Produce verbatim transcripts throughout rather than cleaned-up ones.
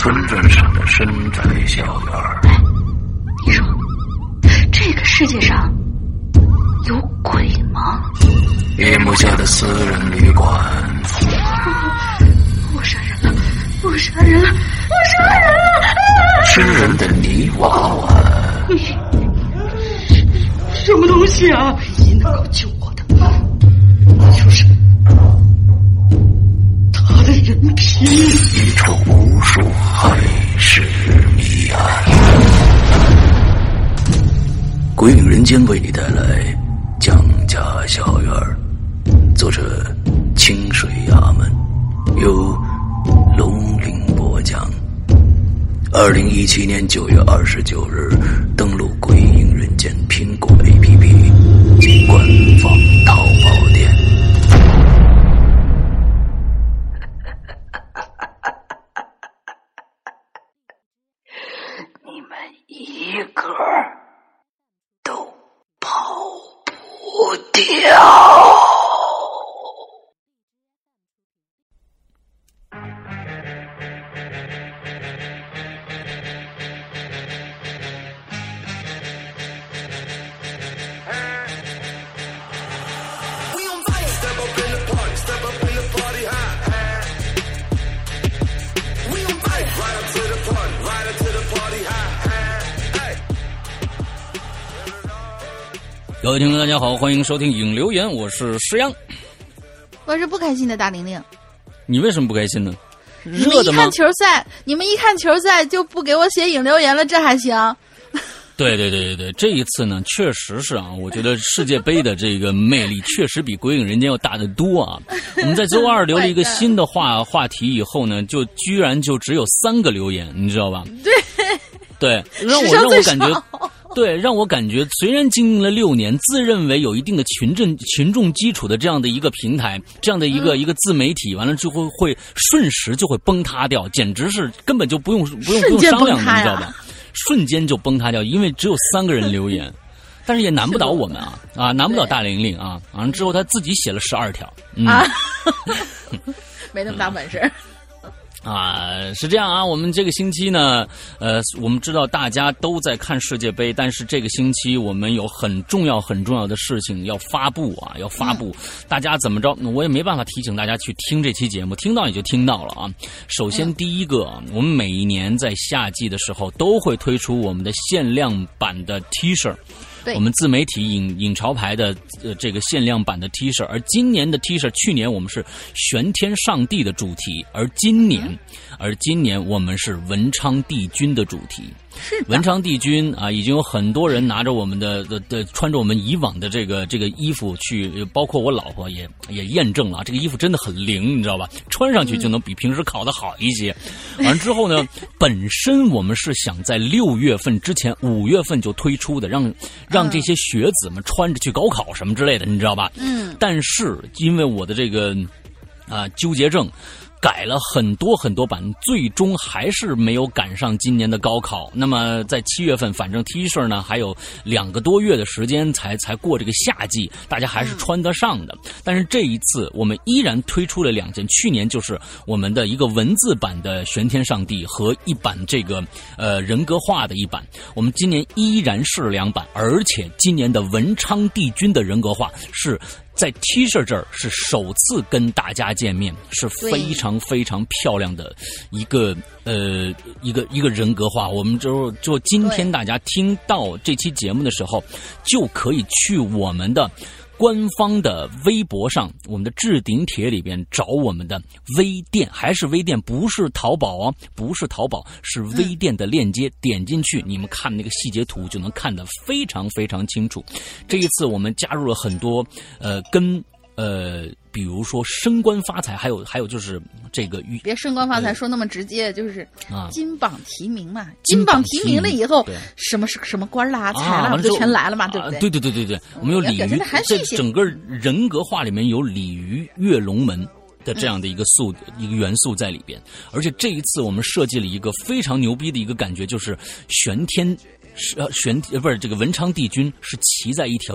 村镇上的深宅小院。 哎，你说这个世界上有鬼吗？ 夜幕下的私人旅馆。 我杀人了，我杀人了，我杀人了！ 吃人的泥娃娃。 什么东西啊？唯一能够救我的，就是他的人皮。 一出无数海市谜案。鬼影人间为你带来蒋家小院，作者清水衙门，由龙鳞播讲。二零一七年九月二十九日，登录鬼影人间苹果 A P P 及官方淘宝店。 你们一个都跑不掉。 各位听众大家好，欢迎收听影留言，我是石阳。 我是不开心的大玲玲。 你为什么不开心呢？ 你们一看球赛，你们一看球赛就不给我写影留言了，这还行？ 对对对对对，这一次呢，确实是啊，我觉得世界杯的这个魅力确实比鬼影人间要大得多啊。我们在周二留了一个新的话话题以后呢，就居然就只有三个留言，你知道吧？ 对对，让我让我感觉。对，让我感觉虽然经营了六年，自认为有一定的群众群众基础的这样的一个平台，这样的一个、嗯、一个自媒体，完了之后会瞬时就会崩塌掉，简直是根本就不用不用不用商量的，你知道吧？瞬间就崩塌掉，因为只有三个人留言，但是也难不倒我们啊啊，难不倒大玲玲啊！完了之后他自己写了十二条、嗯、 啊，没那么大本事。 啊，是这样啊，我们这个星期呢，呃，我们知道大家都在看世界杯，但是这个星期我们有很重要很重要的事情要发布啊，要发布，嗯、大家怎么着，我也没办法提醒大家去听这期节目，听到也就听到了啊。首先第一个，我们每一年在夏季的时候都会推出我们的限量版的 T 恤。我们自媒体影影潮牌的呃这个限量版的 T 恤，而今年的 T 恤，去年我们是玄天上帝的主题，而今年，嗯、而今年我们是文昌帝君的主题。文昌帝君啊，已经有很多人拿着我们的的的穿着我们以往的这个这个衣服去，包括我老婆也也验证了，这个衣服真的很灵，你知道吧？穿上去就能比平时烤得好一些。完了之后呢，本身我们是想在六月份之前，五月份就推出的，让让这些学子们穿着去高考什么之类的，你知道吧？嗯。但是因为我的这个啊纠结症。改了很多很多版，最终还是没有赶上今年的高考。那么在七月份，反正 T 恤呢还有两个多月的时间才才过这个夏季，大家还是穿得上的。但是这一次我们依然推出了两件，去年就是我们的一个文字版的玄天上帝和一版这个呃人格化的一版，我们今年依然是两版，而且今年的文昌帝君的人格化是在 T 恤这儿是首次跟大家见面，是非常非常漂亮的一个呃一个一个人格化。我们就就今天大家听到这期节目的时候，就可以去我们的官方的微博上，我们的置顶帖里边找我们的微店，还是微店，不是淘宝哦，不是淘宝，是微店的链接，嗯、点进去你们看那个细节图就能看得非常非常清楚。这一次我们加入了很多呃跟呃比如说升官发财，还有还有就是这个别升官发财、呃、说那么直接，就是金榜题名嘛， 啊、 金榜题名了以后，什么什么官啦、财啦，不就全来了嘛，对不对？ 对对对对对，我们有鲤鱼，在整个人格化里面有鲤鱼跃龙门的这样的一个素、嗯、一个元素在里边，而且这一次我们设计了一个非常牛逼的一个感觉，就是玄天，呃玄不是这个文昌帝君是骑在一条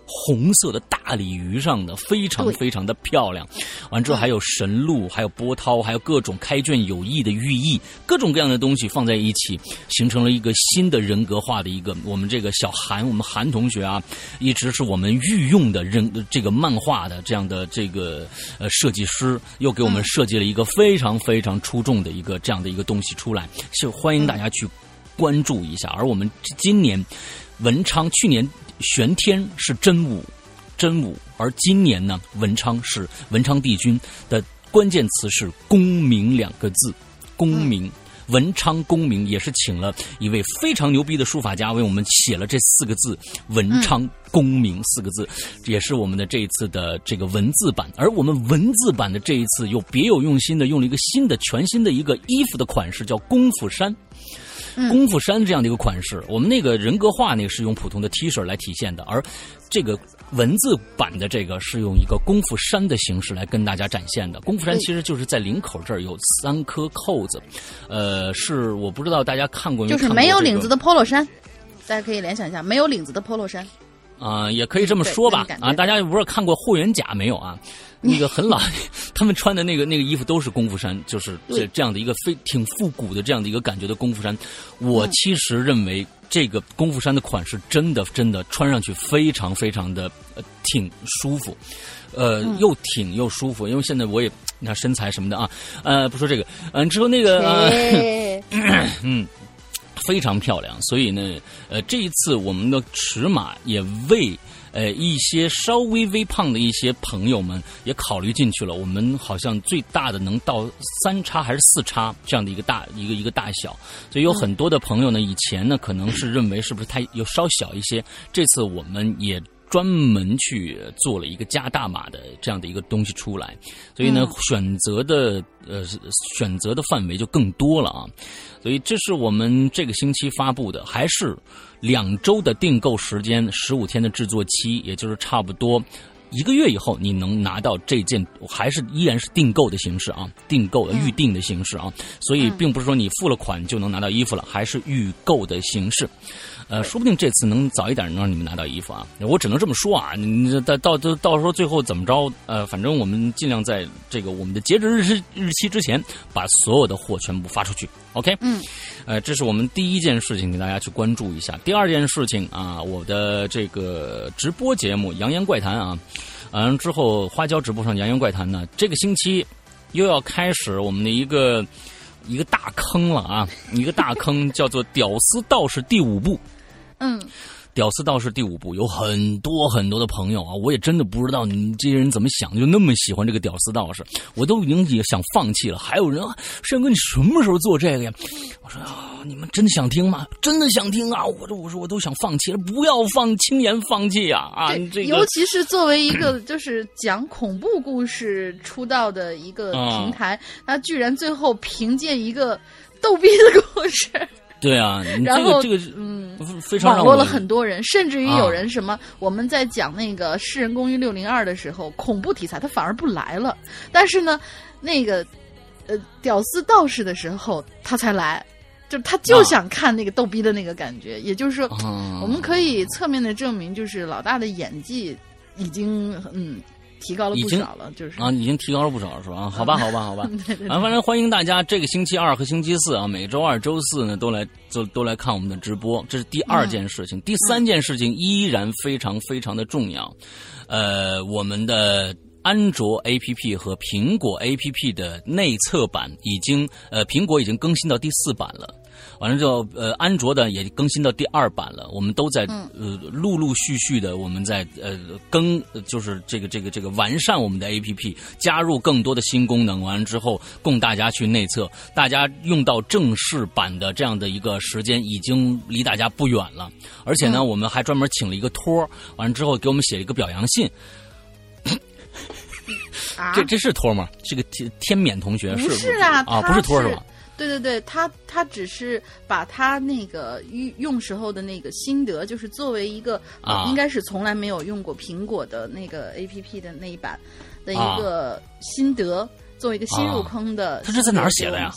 红色的大鲤鱼上的，非常非常的漂亮。完之后还有神鹿，还有波涛，还有各种开卷有益的寓意，各种各样的东西放在一起，形成了一个新的人格化的一个。我们这个小韩，我们韩同学啊，一直是我们御用的人这个漫画的这样的这个呃设计师，又给我们设计了一个非常非常出众的一个这样的一个东西出来，是欢迎大家去关注一下。而我们今年文昌，去年玄天是真武，真武，而今年呢，文昌是文昌帝君的关键词是功名两个字，功名。文昌功名也是请了一位非常牛逼的书法家为我们写了这四个字文昌功名四个字，也是我们的这一次的这个文字版。而我们文字版的这一次又别有用心的用了一个新的全新的一个衣服的款式，叫功夫衫。功夫衫这样的一个款式，我们那个人格化那个是用普通的 T 恤来体现的，而这个文字版的这个是用一个功夫衫的形式来跟大家展现的。功夫衫其实就是在领口这儿有三颗扣子，呃，是我不知道大家看过没有、这个， 就是没有领子的 polo 衫，大家可以联想一下，没有领子的 polo 衫。 啊、呃，也可以这么说吧。啊，大家不知道看过霍元甲没有啊？那个很老，他们穿的那个那个衣服都是功夫衫，就是这这样的一个非挺复古的这样的一个感觉的功夫衫。我其实认为这个功夫衫的款式真的真的穿上去非常非常的、呃、挺舒服，呃，又挺又舒服。因为现在我也你看身材什么的啊，呃，不说这个，嗯、呃，之后那个呃，嗯。非常漂亮，所以呢，呃，这一次我们的尺码也为呃一些稍微微胖的一些朋友们也考虑进去了。我们好像最大的能到三叉还是四叉这样的一个大一个一个大小，所以有很多的朋友呢，以前呢可能是认为是不是太有稍小一些，这次我们也专门去做了一个加大码的这样的一个东西出来，所以呢，嗯、选择的呃选择的范围就更多了啊。所以这是我们这个星期发布的，还是两周的订购时间，十五天的制作期，也就是差不多一个月以后你能拿到这件，还是依然是订购的形式啊，订购的预定的形式啊，所以并不是说你付了款就能拿到衣服了，还是预购的形式。呃，说不定这次能早一点能让你们拿到衣服啊！我只能这么说啊，你到到到到时候最后怎么着？呃，反正我们尽量在这个我们的截止日期日期之前，把所有的货全部发出去。OK， 嗯，呃，这是我们第一件事情，给大家去关注一下。第二件事情啊，我的这个直播节目《扬言怪谈》啊，完了之后花椒直播上《扬言怪谈》呢，这个星期又要开始我们的一个一个大坑了啊，一个大坑叫做《屌丝道士》第五部。嗯，屌丝道士第五部有很多很多的朋友啊，我也真的不知道你们这些人怎么想，就那么喜欢这个屌丝道士，我都已经也想放弃了。还有人啊，山哥你什么时候做这个呀？我说啊，你们真的想听吗？真的想听啊！我说我说我都想放弃了，不要放，轻言放弃啊啊！这个尤其是作为一个就是讲恐怖故事出道的一个平台，他、嗯、居然最后凭借一个逗逼的故事。 对啊， 然后这个、这个、 嗯， 非常网络了很多人，甚至于有人什么，啊、我们在讲那个《世人公寓六零二》的时候，恐怖题材他反而不来了，但是呢，那个呃屌丝道士的时候他才来，就他就想看那个逗逼的那个感觉，啊、也就是说，啊、我们可以侧面的证明，就是老大的演技已经嗯。提高了不少了，就是啊，已经提高了不少了，是吧？啊，好吧，好吧，好吧。对对对啊，反正欢迎大家这个星期二和星期四啊，每周二、周四呢都来都都来看我们的直播，这是第二件事情。嗯、第三件事情依然非常非常的重要，呃，我们的安卓 A P P 和苹果 A P P 的内测版已经呃，苹果已经更新到第四版了。完了之后，呃，安卓的也更新到第二版了。我们都在呃陆陆续续的，我们在呃更，就是这个这个这个完善我们的 A P P， 加入更多的新功能。完了之后，供大家去内测。大家用到正式版的这样的一个时间，已经离大家不远了。而且呢，嗯、我们还专门请了一个托，完了之后给我们写了一个表扬信。 啊、 这这是托吗？这个天天冕同学是不是啊？ 啊，不是托是吧？ 对对对，他他只是把他那个用时候的那个心得，就是作为一个、啊呃、应该是从来没有用过苹果的那个 A P P 的那一版的一个心得，啊、作为一个新入坑的、啊。 他是在哪儿写的呀？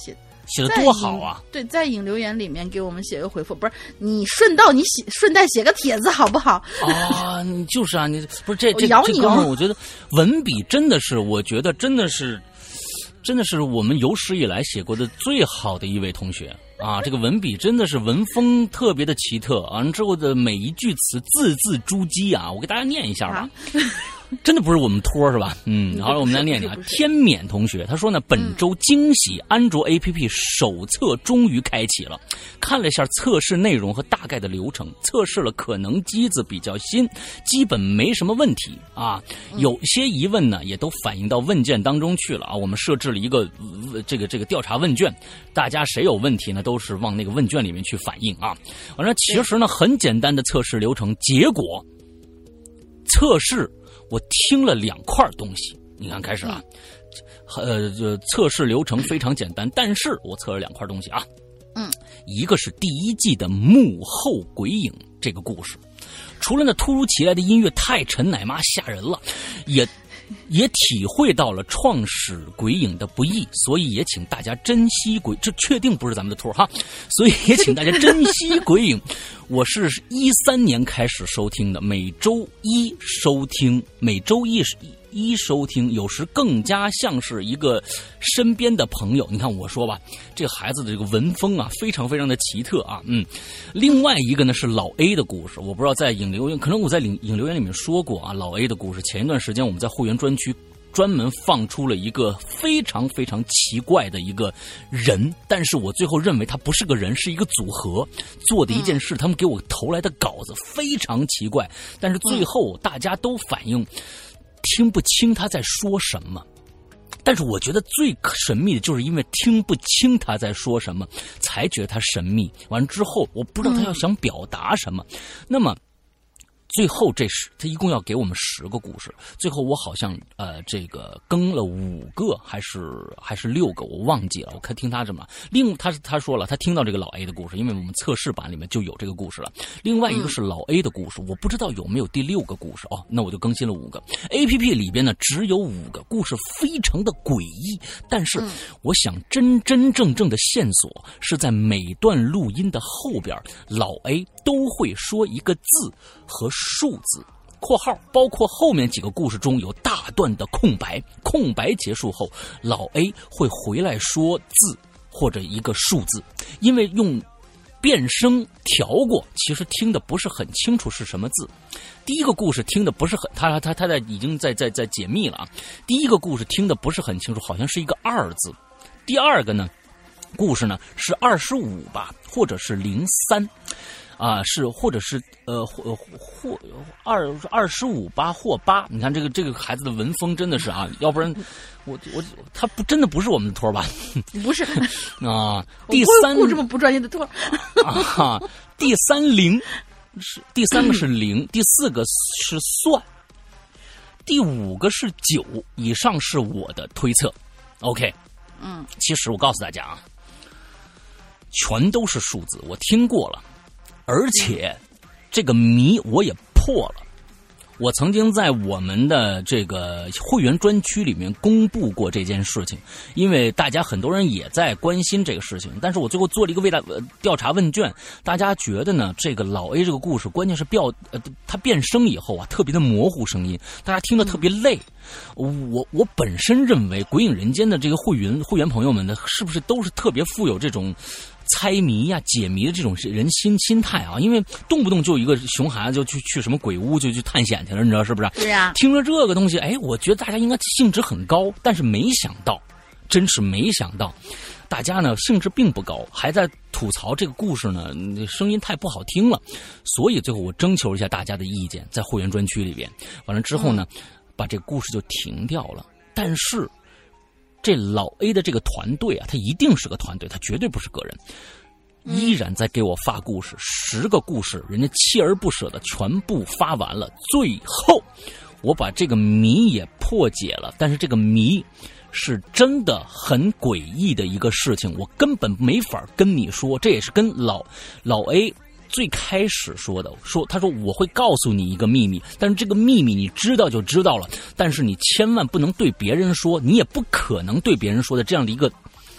写的多好啊！ 对，在引留言里面给我们写个回复，不是你顺道你写顺带写个帖子好不好？ 啊，就是啊，你不是这这咬你这哥们儿，我觉得文笔真的是，我觉得真的是，真的是我们有史以来写过的最好的一位同学。啊，这个文笔真的是文风特别的奇特，完了之后的每一句词字字珠玑啊，我给大家念一下吧。啊真的不是我们托是吧？嗯，好了，我们来念念啊。天冕同学他说呢，本周惊喜，安卓 A P P 手册终于开启了。看了一下测试内容和大概的流程，测试了可能机子比较新，基本没什么问题啊。有些疑问呢，也都反映到问卷当中去了啊。我们设置了一个呃这个这个调查问卷，大家谁有问题呢，都是往那个问卷里面去反映啊。完了，其实呢很简单的测试流程，结果测试。我听了两块东西，你看开始啊，呃，测试流程非常简单，但是我测了两块东西啊， 嗯， 一个是第一季的幕后鬼影这个故事，除了那突如其来的音乐太陈奶妈吓人了，也也体会到了创始鬼影的不易，所以也请大家珍惜鬼，这确定不是咱们的托哈，所以也请大家珍惜鬼影。我是一三年开始收听的，每周一收听，每周一一收听，有时更加像是一个身边的朋友。你看我说吧，这个孩子的这个文风啊，非常非常的奇特啊，嗯。另外一个呢是老 A 的故事，我不知道在引留言，可能我在引引留言里面说过啊，老 A 的故事。前一段时间我们在会员专区专门放出了一个非常非常奇怪的一个人，但是我最后认为他不是个人，是一个组合做的一件事，他们给我投来的稿子非常奇怪，但是最后大家都反映听不清他在说什么。但是我觉得最神秘的就是因为听不清他在说什么，才觉得他神秘。完了之后我不知道他要想表达什么，那么最后这是他一共要给我们十个故事，最后我好像呃这个更了五个还是还是六个，我忘记了。我看听他这么，另他他说了，他听到这个老 A 的故事，因为我们测试版里面就有这个故事了。另外一个是老 A 的故事，我不知道有没有第六个故事哦，那我就更新了五个。A P P 里边呢只有五个故事，非常的诡异，但是我想真真正正的线索是在每段录音的后边，老 A 都会说一个字和数字（括号包括后面几个故事中有大段的空白）。空白结束后，老 A 会回来说字或者一个数字，因为用变声调过，其实听的不是很清楚是什么字。第一个故事听的不是很，他他他在已经在在在解密了啊。第一个故事听的不是很清楚，好像是一个二字。第二个呢，故事呢是二十五吧，或者是零三。啊，是或者是呃或或二二十五八或八，你看这个这个孩子的文风真的是啊，要不然我我他不真的不是我们的托吧？ 不是啊，第三雇这么不专业的托啊，第三零是第三个是零，第四个是算，第五个是九，以上是我的推测。OK， 嗯， 其实我告诉大家啊，全都是数字，我听过了。而且这个谜我也破了，我曾经在我们的这个会员专区里面公布过这件事情，因为大家很多人也在关心这个事情，但是我最后做了一个为大调查问卷，大家觉得呢这个老 A 这个故事关键是变呃他变声以后啊特别的模糊声音，大家听得特别累。我我本身认为鬼影人间的这个会员会员朋友们呢，是不是都是特别富有这种猜谜呀、啊、解谜的这种人心心态啊？因为动不动就一个熊孩子就去去什么鬼屋就去探险去了，你知道是不是？ 对呀、啊。 听了这个东西，哎，我觉得大家应该兴致很高，但是没想到，真是没想到，大家呢兴致并不高，还在吐槽这个故事呢声音太不好听了。所以最后我征求一下大家的意见，在会员专区里边，完了之后呢，嗯、把这个故事就停掉了。但是这老 A 的这个团队啊，他一定是个团队，他绝对不是个人，依然在给我发故事，十个故事，人家锲而不舍的全部发完了。最后，我把这个谜也破解了，但是这个谜是真的很诡异的一个事情，我根本没法跟你说。这也是跟老老 A 最开始说的，说他说我会告诉你一个秘密，但是这个秘密你知道就知道了，但是你千万不能对别人说，你也不可能对别人说的这样的一个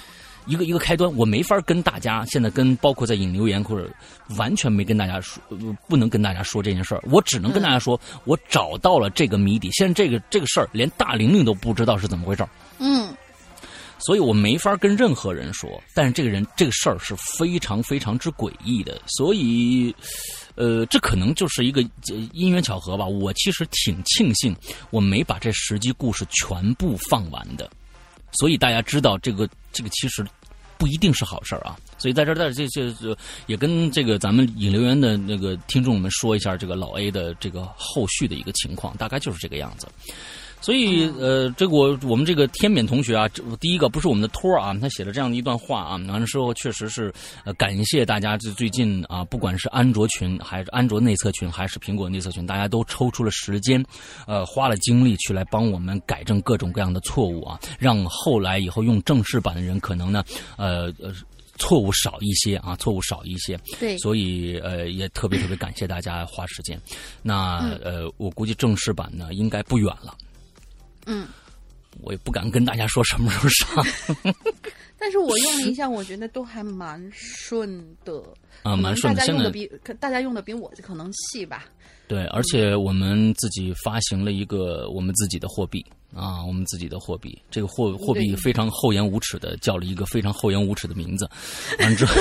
一个一个开端，我没法跟大家现在跟包括在引留言或者完全没跟大家说，不能跟大家说这件事儿，我只能跟大家说，嗯、我找到了这个谜底。现在这个这个事儿连大玲玲都不知道是怎么回事儿， 嗯， 所以我没法跟任何人说。但是这个人这个事儿是非常非常之诡异的，所以。呃，这可能就是一个因缘巧合吧。我其实挺庆幸我没把这十集故事全部放完的，所以大家知道这个这个其实不一定是好事啊。所以在这儿，在这这这也跟这个咱们引留言的那个听众们说一下，这个老 A 的这个后续的一个情况，大概就是这个样子。所以，呃，这个我我们这个天冕同学啊，第一个不是我们的托啊，他写了这样的一段话啊，完了之后确实是呃感谢大家，最近啊，不管是安卓群还是安卓内测群，还是苹果内测群，大家都抽出了时间，呃，花了精力去来帮我们改正各种各样的错误啊，让后来以后用正式版的人可能呢，呃呃。错误少一些啊，错误少一些。 对， 所以呃也特别特别感谢大家花时间。那、嗯、呃，我估计正式版呢应该不远了。 嗯， 我也不敢跟大家说什么时候上。 但是我用了一下，我觉得都还蛮顺的啊，蛮顺的。 大家用的比大家用的比我可能细吧。 对，而且我们自己发行了一个我们自己的货币啊，我们自己的货币，这个货货币非常厚颜无耻的叫了一个非常厚颜无耻的名字，完之后。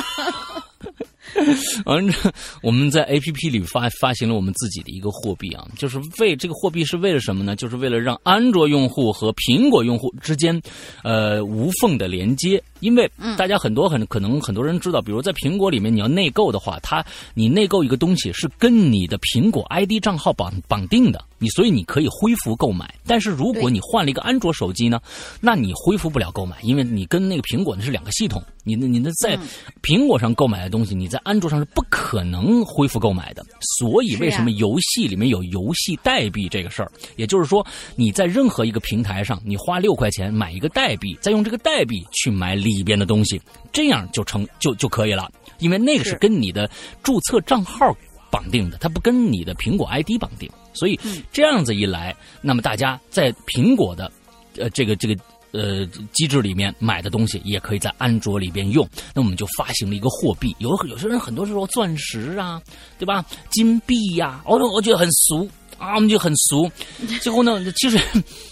完了，我们在 A P P 里发发行了我们自己的一个货币啊，就是为这个货币是为了什么呢？就是为了让安卓用户和苹果用户之间，呃，无缝的连接。因为大家很多很可能很多人知道，比如在苹果里面你要内购的话，它你内购一个东西是跟你的苹果 I D 账号绑绑定的，你所以你可以恢复购买。但是如果你换了一个安卓手机呢，那你恢复不了购买，因为你跟那个苹果那是两个系统，你你的在苹果上购买的东西，你在安卓上是不可能恢复购买的。所以为什么游戏里面有游戏代币这个事儿？也就是说，你在任何一个平台上，你花六块钱买一个代币，再用这个代币去买里边的东西，这样就成就就可以了。因为那个是跟你的注册账号绑定的，它不跟你的苹果 I D 绑定。所以这样子一来，那么大家在苹果的呃这个这个。呃，机制里面买的东西也可以在安卓里边用，那我们就发行了一个货币。有有些人很多时候钻石啊，对吧？金币呀、啊，我我觉得很俗啊，我们就很俗。最后呢，其实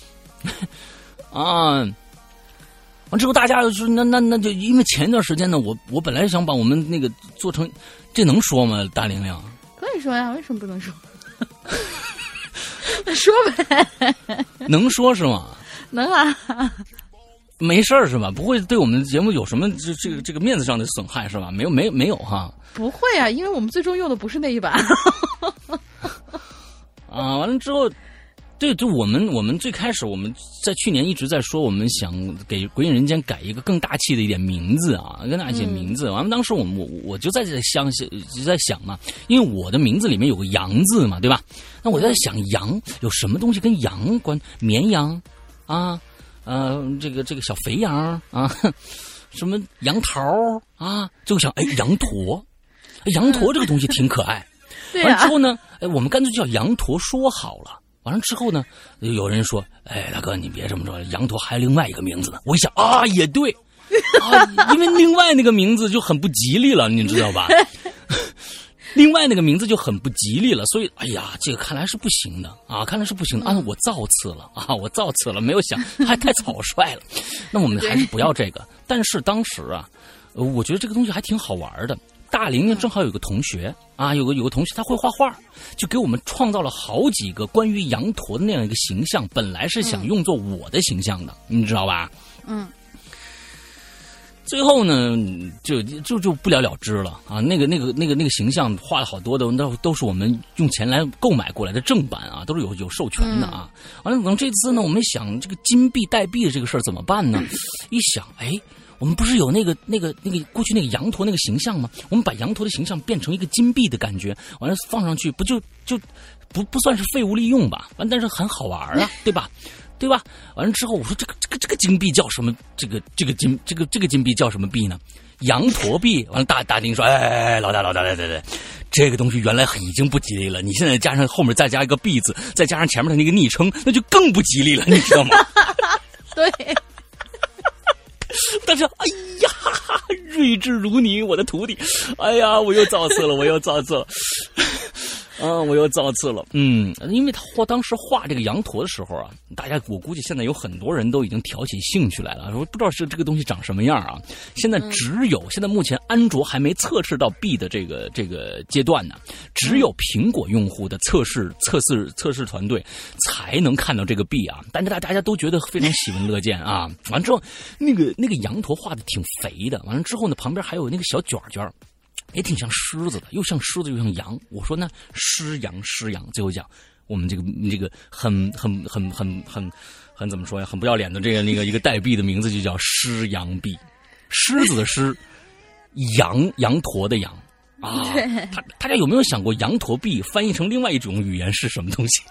啊，完之后大家就说，那那那就因为前一段时间呢，我我本来想把我们那个做成，这能说吗？大玲玲可以说呀，为什么不能说？说呗， 能说是吗？ 能啊， 没事儿是吧？不会对我们节目有什么这这个这个面子上的损害是吧？没有没没有哈？ 不会啊，因为我们最终用的不是那一版。 啊，完了之后，对，就我们我们最开始我们在去年一直在说，我们想给《鬼影人间》改一个更大气的一点名字啊，更大气的名字。完了、嗯，当时我们我我就在这想就在想嘛，因为我的名字里面有个羊字嘛，对吧？那我在想羊有什么东西跟羊关？绵羊。啊，呃，这个这个小肥羊啊，什么杨桃啊，就想哎羊驼，羊驼这个东西挺可爱。 对完了之后呢，哎，我们干脆叫羊驼说好了。完了之后呢，有人说，哎，大哥你别这么说，羊驼还有另外一个名字呢。我一想啊，也对啊，因为另外那个名字就很不吉利了，你知道吧？另外那个名字就很不吉利了，所以哎呀，这个看来是不行的啊，看来是不行的啊，我造次了啊，我造次了，没有想还太草率了，那我们还是不要这个。但是当时啊，呃，我觉得这个东西还挺好玩的。大玲玲正好有个同学啊，有个有个同学他会画画，就给我们创造了好几个关于羊驼的那样一个形象，本来是想用作我的形象的，你知道吧？嗯。最后呢，就就就不了了之了啊！那个那个那个那个形象画了好多的，都都是我们用钱来购买过来的正版啊，都是有有授权的啊。完了，等这次呢，我们想这个金币代币的这个事儿怎么办呢？一想，哎，我们不是有那个那个那个过去那个羊驼那个形象吗？我们把羊驼的形象变成一个金币的感觉，完了放上去，不就就不不算是废物利用吧？完，但是很好玩啊，对吧？对吧？完了之后，我说这个这个这个金币叫什么？这个这个金这个这个金币叫什么币呢？羊驼币。完了，大大丁说：“哎，老大老大，来来来，这个东西原来已经不吉利了，你现在加上后面再加一个币字，再加上前面的那个昵称，那就更不吉利了，你知道吗？” 对。 但是哎呀，睿智如你，我的徒弟，哎呀，我又造次了，我又造次了。嗯，我又造次了。嗯，因为他画当时画这个羊驼的时候啊，大家我估计现在有很多人都已经挑起兴趣来了，说不知道是这个东西长什么样啊。现在只有、嗯、现在目前安卓还没测试到 B 的这个这个阶段呢，只有苹果用户的测试测试测试团队才能看到这个 B 啊。但是大大家都觉得非常喜闻乐见啊。完之后，那个那个羊驼画的挺肥的，完了之后呢，旁边还有那个小卷卷。也挺像狮子的，又像狮子又像羊。我说呢，狮羊狮羊，最后讲我们这个这个很很很很很很怎么说呀？很不要脸的这个那个一个代币的名字就叫狮羊币，狮子的狮，羊羊驼的羊啊。他大家有没有想过，羊驼币翻译成另外一种语言是什么东西？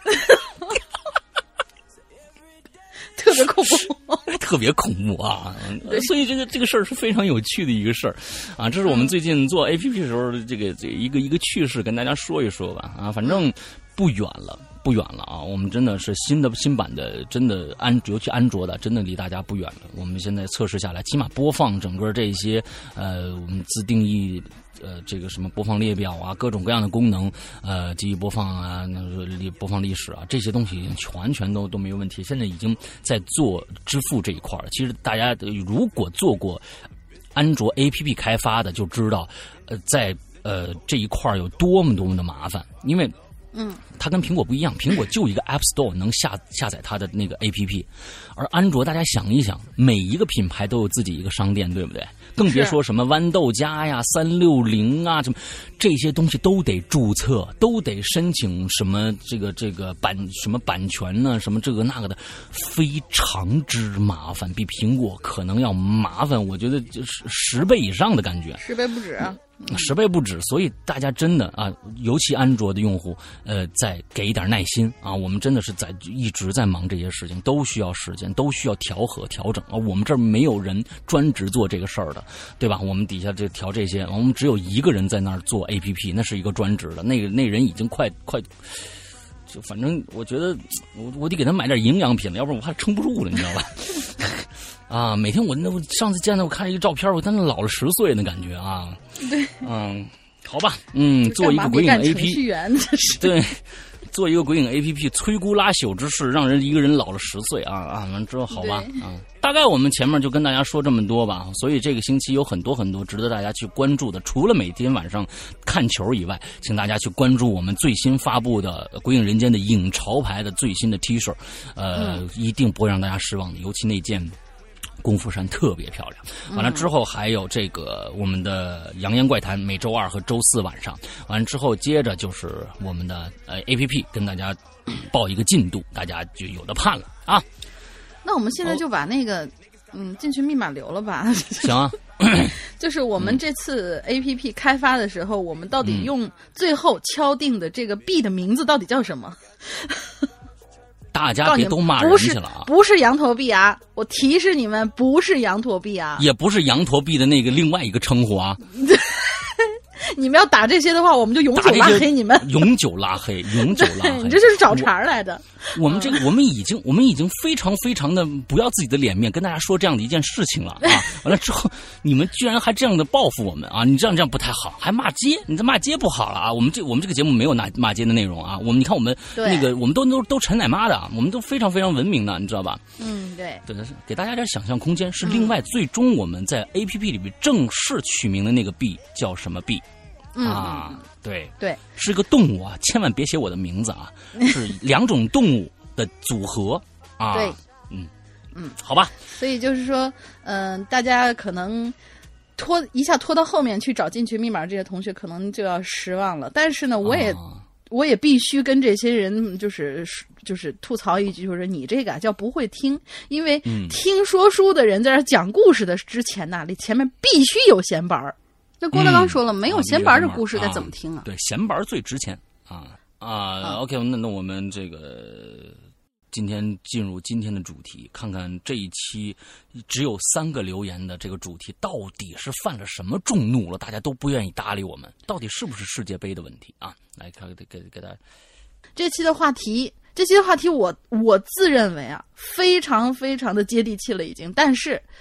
特别恐怖， 特别恐怖啊！所以这个这个事儿是非常有趣的一个事儿啊。这是我们最近做 A P P 的时候，这个这一个一个趣事，跟大家说一说吧啊。反正不远了，不远了啊。我们真的是新的新版的，真的安，尤其安卓的，真的离大家不远了。我们现在测试下来，起码播放整个这些呃，我们自定义。呃，这个什么播放列表啊，各种各样的功能，呃，记忆播放啊，那个播放历史啊，这些东西已经全全都都没有问题。现在已经在做支付这一块了。其实大家如果做过安卓 A P P 开发的，就知道，呃，在呃这一块有多么多么的麻烦，因为。 嗯， 它跟苹果不一样，苹果就一个 App Store 能下下载它的那个 A P P， 而安卓大家想一想，每一个品牌都有自己一个商店，对不对？更别说什么豌豆荚呀、三六零啊，什么这些东西都得注册，都得申请什么这个这个版什么版权呢，什么这个那个的，非常之麻烦，比苹果可能要麻烦，我觉得就是十倍以上的感觉， 十倍不止啊。 十倍不止，所以大家真的啊，尤其安卓的用户，呃，再给一点耐心啊。我们真的是在一直在忙这些事情，都需要时间，都需要调和调整啊。我们这儿没有人专职做这个事儿的，对吧？我们底下这调这些，我们只有一个人在那儿做 A P P， 那是一个专职的，那个那人已经快快。就反正我觉得我我得给他买点营养品了，要不然我怕撑不住了，你知道吧？啊，每天我那我上次见到我看一个照片，我真的老了十岁的感觉啊。对，嗯，好吧，嗯，做一个鬼影 A P P， 对，做一个鬼影 A P P， 摧枯拉朽之事，让人一个人老了十岁啊啊！完之后好吧啊，大概我们前面就跟大家说这么多吧。所以这个星期有很多很多值得大家去关注的，除了每天晚上看球以外，请大家去关注我们最新发布的《鬼影人间》的影潮牌的最新的 T 恤，呃，嗯、一定不会让大家失望的，尤其那件。功夫衫特别漂亮，完了之后还有这个我们的扬言怪谈，每周二和周四晚上，完了之后接着就是我们的呃 A P P 跟大家报一个进度，大家就有的盼了啊。 那我们现在就把那个、哦、嗯进群密码留了吧。 行啊。 就是我们这次 A P P 开发的时候，嗯、我们到底用最后敲定的这个 B 的名字到底叫什么？ 大家别都骂人去了啊！ 不是羊驼币啊！我提示你们，不是羊驼币啊！ 也不是羊驼币的那个另外一个称呼啊！ 你们要打这些的话，我们就永久拉黑你们。 永久拉黑，永久拉黑！ 你这就是找茬来的。 我, 我们这个，我们已经，我们已经非常非常的不要自己的脸面，跟大家说这样的一件事情了啊！完了之后，你们居然还这样的报复我们啊！你这样这样不太好，还骂街，你这骂街不好了啊！我们这我们这个节目没有骂骂街的内容啊！我们你看我们那个，我们都都都陈奶妈的，我们都非常非常文明的，你知道吧？ 嗯，对， 对的是给大家点想象空间。是另外，最终我们在 A P P 里面正式取名的那个币叫什么币？ 嗯、 啊，对对， 是个动物啊，千万别写我的名字啊，是两种动物的组合啊。 对， 嗯嗯， 好吧。 所以就是说，嗯、呃，大家可能拖一下拖到后面去找进群密码，这些同学可能就要失望了。但是呢，我也、啊、我也必须跟这些人就是就是吐槽一句，就是你这个、啊、叫不会听，因为听说书的人在这讲故事的之前呢，你前面必须有闲板儿。 那郭德纲说了，嗯、没有闲板的故事该怎么听啊？ 对，闲板最值钱啊啊！啊 OK， 那那我们这个今天进入今天的主题，看看这一期只有三个留言的这个主题到底是犯了什么众怒了？大家都不愿意搭理我们，到底是不是世界杯的问题啊？来看给给给大家这期的话题，这期的话题我我自认为啊，非常非常的接地气了已经，但是。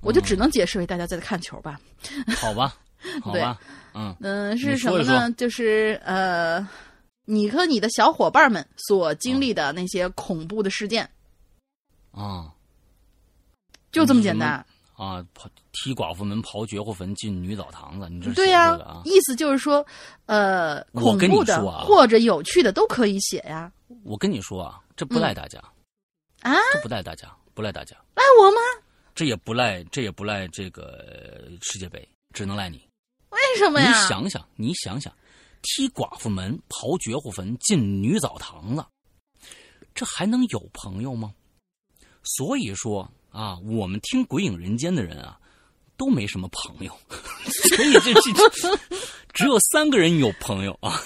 我就只能解释为大家在看球吧。 好吧，好吧，嗯嗯、呃，是什么呢？ 说说就是呃，你和你的小伙伴们所经历的那些恐怖的事件啊， 就这么简单。 啊，踢寡妇门，刨绝户坟，进女澡堂子，你这对呀、 啊？ 意思就是说，呃，恐怖的、 啊、 或者有趣的都可以写呀。 我跟你说啊，这不赖大家、 嗯、啊， 这不赖大家，不赖大家， 赖我吗？ 这也不赖，这也不赖这个世界杯，只能赖你。 为什么呀？ 你想想，你想想，踢寡妇门，刨绝户坟，进女澡堂子，这还能有朋友吗？所以说。啊，我们听《鬼影人间》的人啊，都没什么朋友，所以这这只有三个人有朋友啊。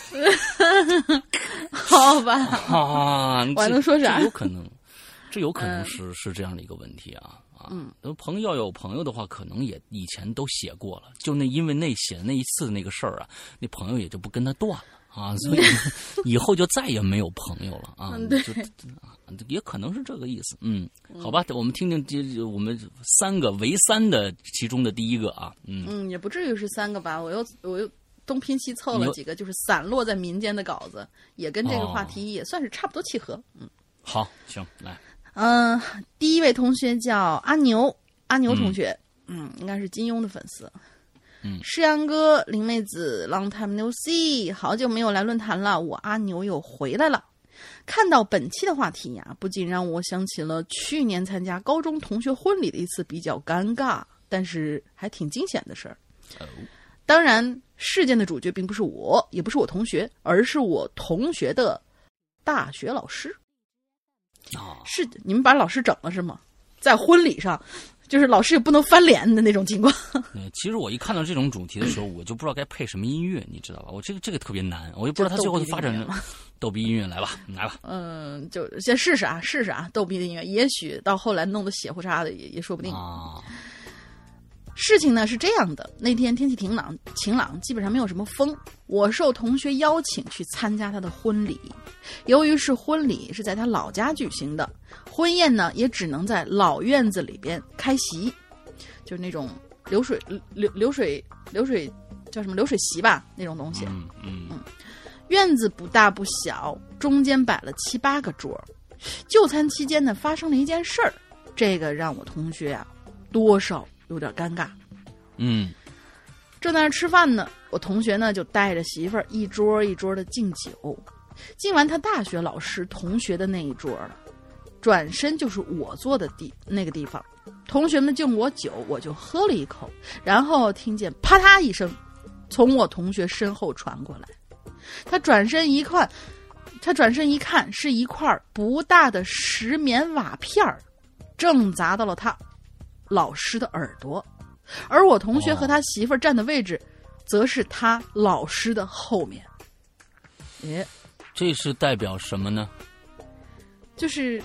好吧， 啊， 我还能说啥？ 这有可能，这有可能是、嗯、是这样的一个问题啊啊！ 嗯， 朋友要有朋友的话，可能也以前都写过了，就那因为那写的那一次的那个事儿啊，那朋友也就不跟他断了。啊，所以以后就再也没有朋友了啊！ 嗯、对， 也可能是这个意思。嗯，好吧，我们听听这我们三个为三的其中的第一个啊。嗯嗯，也不至于是三个吧，我又我又东拼西凑了几个，就是散落在民间的稿子，也跟这个话题也算是差不多契合。嗯， 好，行，来， 嗯、呃，第一位同学叫阿牛，阿牛同学，嗯，嗯应该是金庸的粉丝。 嗯， 诗阳哥、林妹子 ，Long time no see， 好久没有来论坛了，我阿牛又回来了。看到本期的话题呀，不仅让我想起了去年参加高中同学婚礼的一次比较尴尬，但是还挺惊险的事儿。 哦， 当然，事件的主角并不是我，也不是我同学，而是我同学的大学老师。 啊， 是你们把老师整了是吗？在婚礼上。就是老师也不能翻脸的那种情况。 嗯，其实我一看到这种主题的时候，我就不知道该配什么音乐，你知道吧？我这个这个特别难，我也不知道他最后的发展。逗逼音乐来吧，来吧。 嗯，就先试试啊，试试啊，逗逼的音乐，也许到后来弄得血乎叉的也也说不定啊。 事情呢是这样的，那天天气晴朗，晴朗，基本上没有什么风。我受同学邀请去参加他的婚礼，由于是婚礼是在他老家举行的，婚宴呢也只能在老院子里边开席，就是那种流水流流水流水叫什么流水席吧那种东西。 嗯嗯嗯，院子不大不小，中间摆了七八个桌。就餐期间呢，发生了一件事儿，这个让我同学啊多少有点尴尬。 嗯， 正在那吃饭呢，我同学呢就带着媳妇儿一桌一桌的敬酒，敬完他大学老师同学的那一桌了，转身就是我坐的地那个地方，同学们敬我酒，我就喝了一口，然后听见啪嗒一声从我同学身后传过来，他转身一看，他转身一看是一块不大的石棉瓦片儿，正砸到了他老师的耳朵，而我同学和他媳妇儿站的位置，则是他老师的后面。诶， 这是代表什么呢？ 就是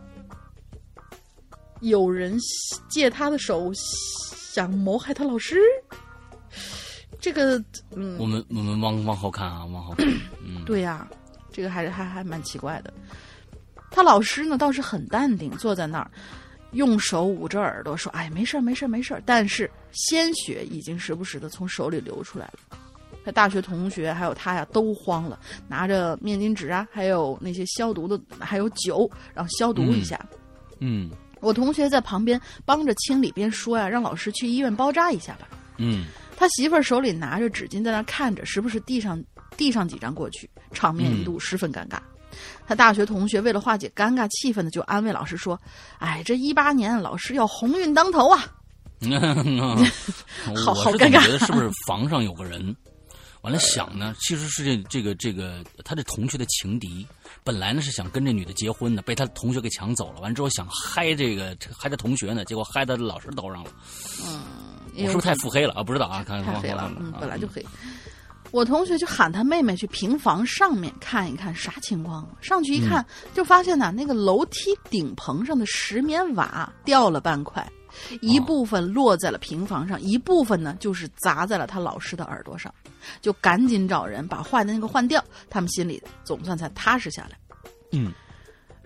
有人借他的手想谋害他老师。这个，嗯， 我们我们往往后看啊，往后看。嗯， 对呀、啊，这个还是还还蛮奇怪的。他老师呢倒是很淡定，坐在那儿。用手捂着耳朵说：“哎，没事没事没事。”但是鲜血已经时不时的从手里流出来了。他大学同学还有他呀都慌了，拿着面巾纸啊，还有那些消毒的，还有酒，然后消毒一下。 嗯， 我同学在旁边帮着清理，边说呀：“让老师去医院包扎一下吧。” 嗯， 他媳妇儿手里拿着纸巾在那看着，时不时递上递上几张过去，场面一度十分尴尬。嗯，他大学同学为了化解尴尬气氛呢，就安慰老师说：“哎，这一八年老师要鸿运当头啊！”好好尴尬。 我是总觉得是不是房上有个人？完了想呢，其实是这这个这个他这同学的情敌，本来呢是想跟这女的结婚的，被他同学给抢走了。完之后想嗨这个嗨他同学呢，结果嗨他老师头上了。 嗯， 我是不是太腹黑了啊？不知道啊，看太黑了，嗯，本来就黑。我同学就喊他妹妹去平房上面看一看啥情况。上去一看，嗯、就发现呐、啊，那个楼梯顶棚上的石棉瓦掉了半块，一部分落在了平房上，哦、一部分呢就是砸在了他老师的耳朵上。就赶紧找人把坏的那个换掉，他们心里总算才踏实下来。 嗯，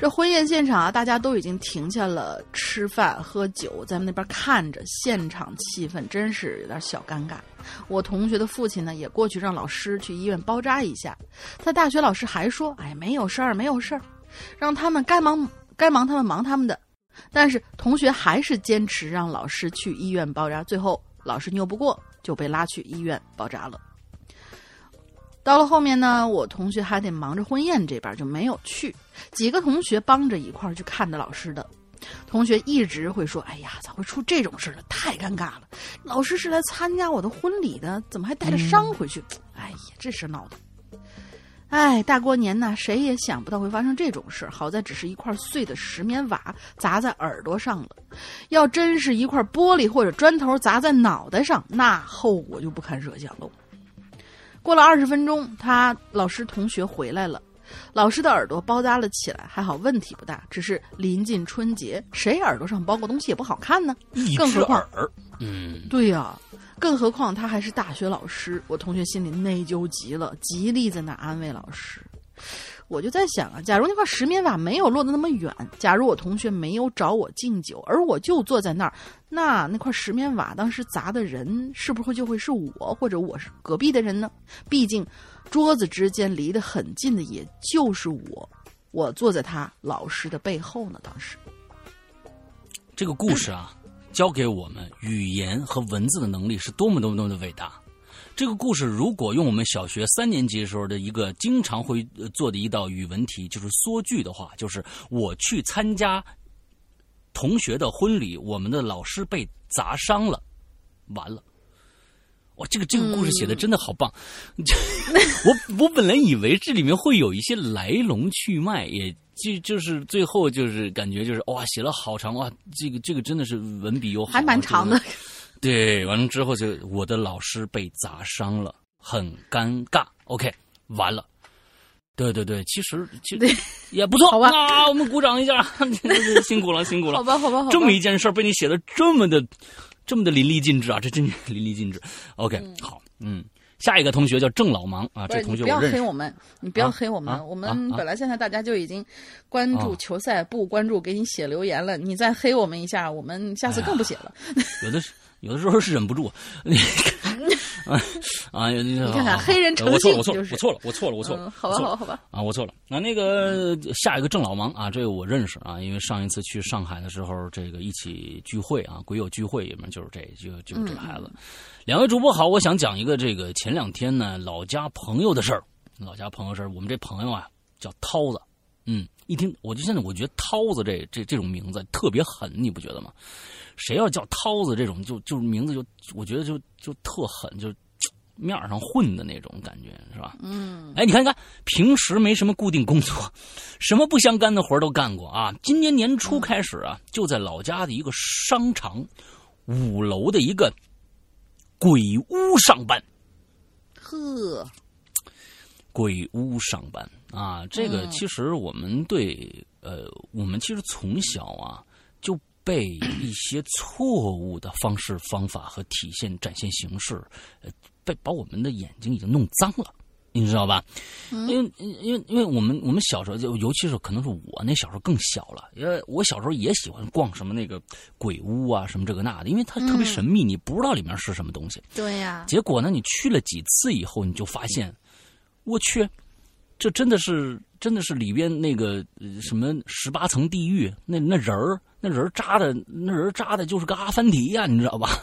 这婚宴现场啊，大家都已经停下了吃饭喝酒，在那边看着，现场气氛真是有点小尴尬。我同学的父亲呢，也过去让老师去医院包扎一下。他大学老师还说：“哎，没有事儿，没有事儿，让他们该忙该忙他们忙他们的。”但是同学还是坚持让老师去医院包扎，最后老师拗不过，就被拉去医院包扎了。到了后面呢，我同学还得忙着婚宴这边，就没有去。几个同学帮着一块儿去看着老师的。同学一直会说：“哎呀，咋会出这种事呢？太尴尬了！老师是来参加我的婚礼的，怎么还带着伤回去？哎呀，这事闹的！哎，大过年呐，谁也想不到会发生这种事。好在只是一块碎的石棉瓦砸在耳朵上了，要真是一块玻璃或者砖头砸在脑袋上，那后果就不堪设想喽。”过了二十分钟，他老师同学回来了，老师的耳朵包扎了起来，还好问题不大，只是临近春节，谁耳朵上包个东西也不好看呢？更何况，嗯，对呀、啊，更何况他还是大学老师，我同学心里内疚极了，极力在那安慰老师。我就在想啊，假如那块石棉瓦没有落得那么远，假如我同学没有找我敬酒，而我就坐在那儿，那那块石棉瓦当时砸的人是不是就会是我，或者我是隔壁的人呢？毕竟桌子之间离得很近的也就是我，我坐在他老师的背后呢。当时这个故事啊，教给我们语言和文字的能力是多么多么多么的伟大。这个故事如果用我们小学三年级的时候的一个经常会做的一道语文题，就是缩句的话，就是我去参加同学的婚礼，我们的老师被砸伤了，完了。哇，这个这个故事写的真的好棒！嗯、我我本来以为这里面会有一些来龙去脉，也就就是最后就是感觉就是哇，写了好长哇，这个这个真的是文笔又好， 还蛮长的。 对，完了之后就我的老师被砸伤了，很尴尬。OK， 完了。对对对，其实其实也不错， 好吧？ 啊，我们鼓掌一下，辛苦了，辛苦了。 好吧，好吧，好吧。 这么一件事被你写的这么的，这么的淋漓尽致啊！这真淋漓尽致。OK，、嗯、好，嗯。下一个同学叫郑老芒啊，这同学我认识。 你不要黑我们，你不要黑我们。 啊、 我们本来现在大家就已经关注球赛，啊、不关注给你写留言了，你再黑我们一下，我们下次更不写了。 哎、有的是。有的时候是忍不住，啊啊！你看看黑人诚信， 我错了，我错了，我错了，我错了，我错了， 好吧，好吧，好吧， 啊，我错了。那那个下一个郑老芒啊，这个我认识啊，因为上一次去上海的时候，这个一起聚会啊，鬼友聚会里面就是这就就是这个孩子。嗯、两位主播好，我想讲一个这个前两天呢老家朋友的事儿，老家朋友事儿，我们这朋友啊叫涛子，嗯，一听我就现在我觉得涛子这这这种名字特别狠，你不觉得吗？谁要叫涛子这种，就就名字就我觉得就就特狠，就面上混的那种感觉，是吧？嗯，哎，你看看，平时没什么固定工作，什么不相干的活都干过啊。今年年初开始啊，就在老家的一个商场五楼的一个鬼屋上班。 呵， 鬼屋上班啊，这个其实我们对、嗯、呃，我们其实从小啊就。被一些错误的方式、方法和体现、展现形式，呃，被把我们的眼睛已经弄脏了，你知道吧？嗯、因为因为因为我们我们小时候就，尤其是可能是我那小时候更小了，因为我小时候也喜欢逛什么那个鬼屋啊，什么这个那的，因为它特别神秘，嗯、你不知道里面是什么东西。 对呀。 结果呢，你去了几次以后，你就发现，我去，这真的是真的是里边那个、呃、什么十八层地狱，那那人儿。那人扎的，那人扎的就是个阿凡提呀、啊，你知道吧？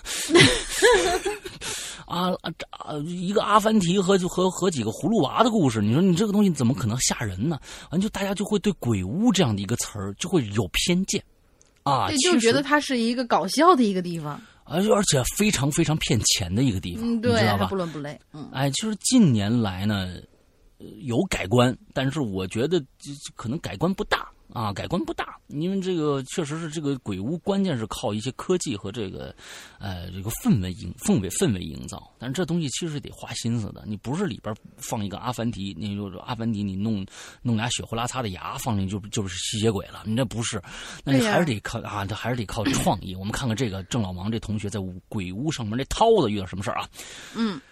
啊啊！一个阿凡提和就和和几个葫芦娃的故事，你说你这个东西怎么可能吓人呢？完就大家就会对鬼屋这样的一个词儿就会有偏见啊， 对，就觉得它是一个搞笑的一个地方， 而而且非常非常骗钱的一个地方， 嗯，对， 你知道吧？ 不伦不类，嗯， 哎，就是近年来呢，有改观，但是我觉得可能改观不大。啊，改观不大，因为这个确实是这个鬼屋，关键是靠一些科技和这个，呃，这个氛围营氛围氛围营造。但是这东西其实是得花心思的，你不是里边放一个阿凡提，那就是阿凡提，你弄弄俩血呼啦擦的牙放进去就就是吸血鬼了，你这不是，那你还是得靠啊，这还是得靠创意。我们看看这个郑老芒这同学在鬼屋上面那涛子遇到什么事儿啊？ 嗯。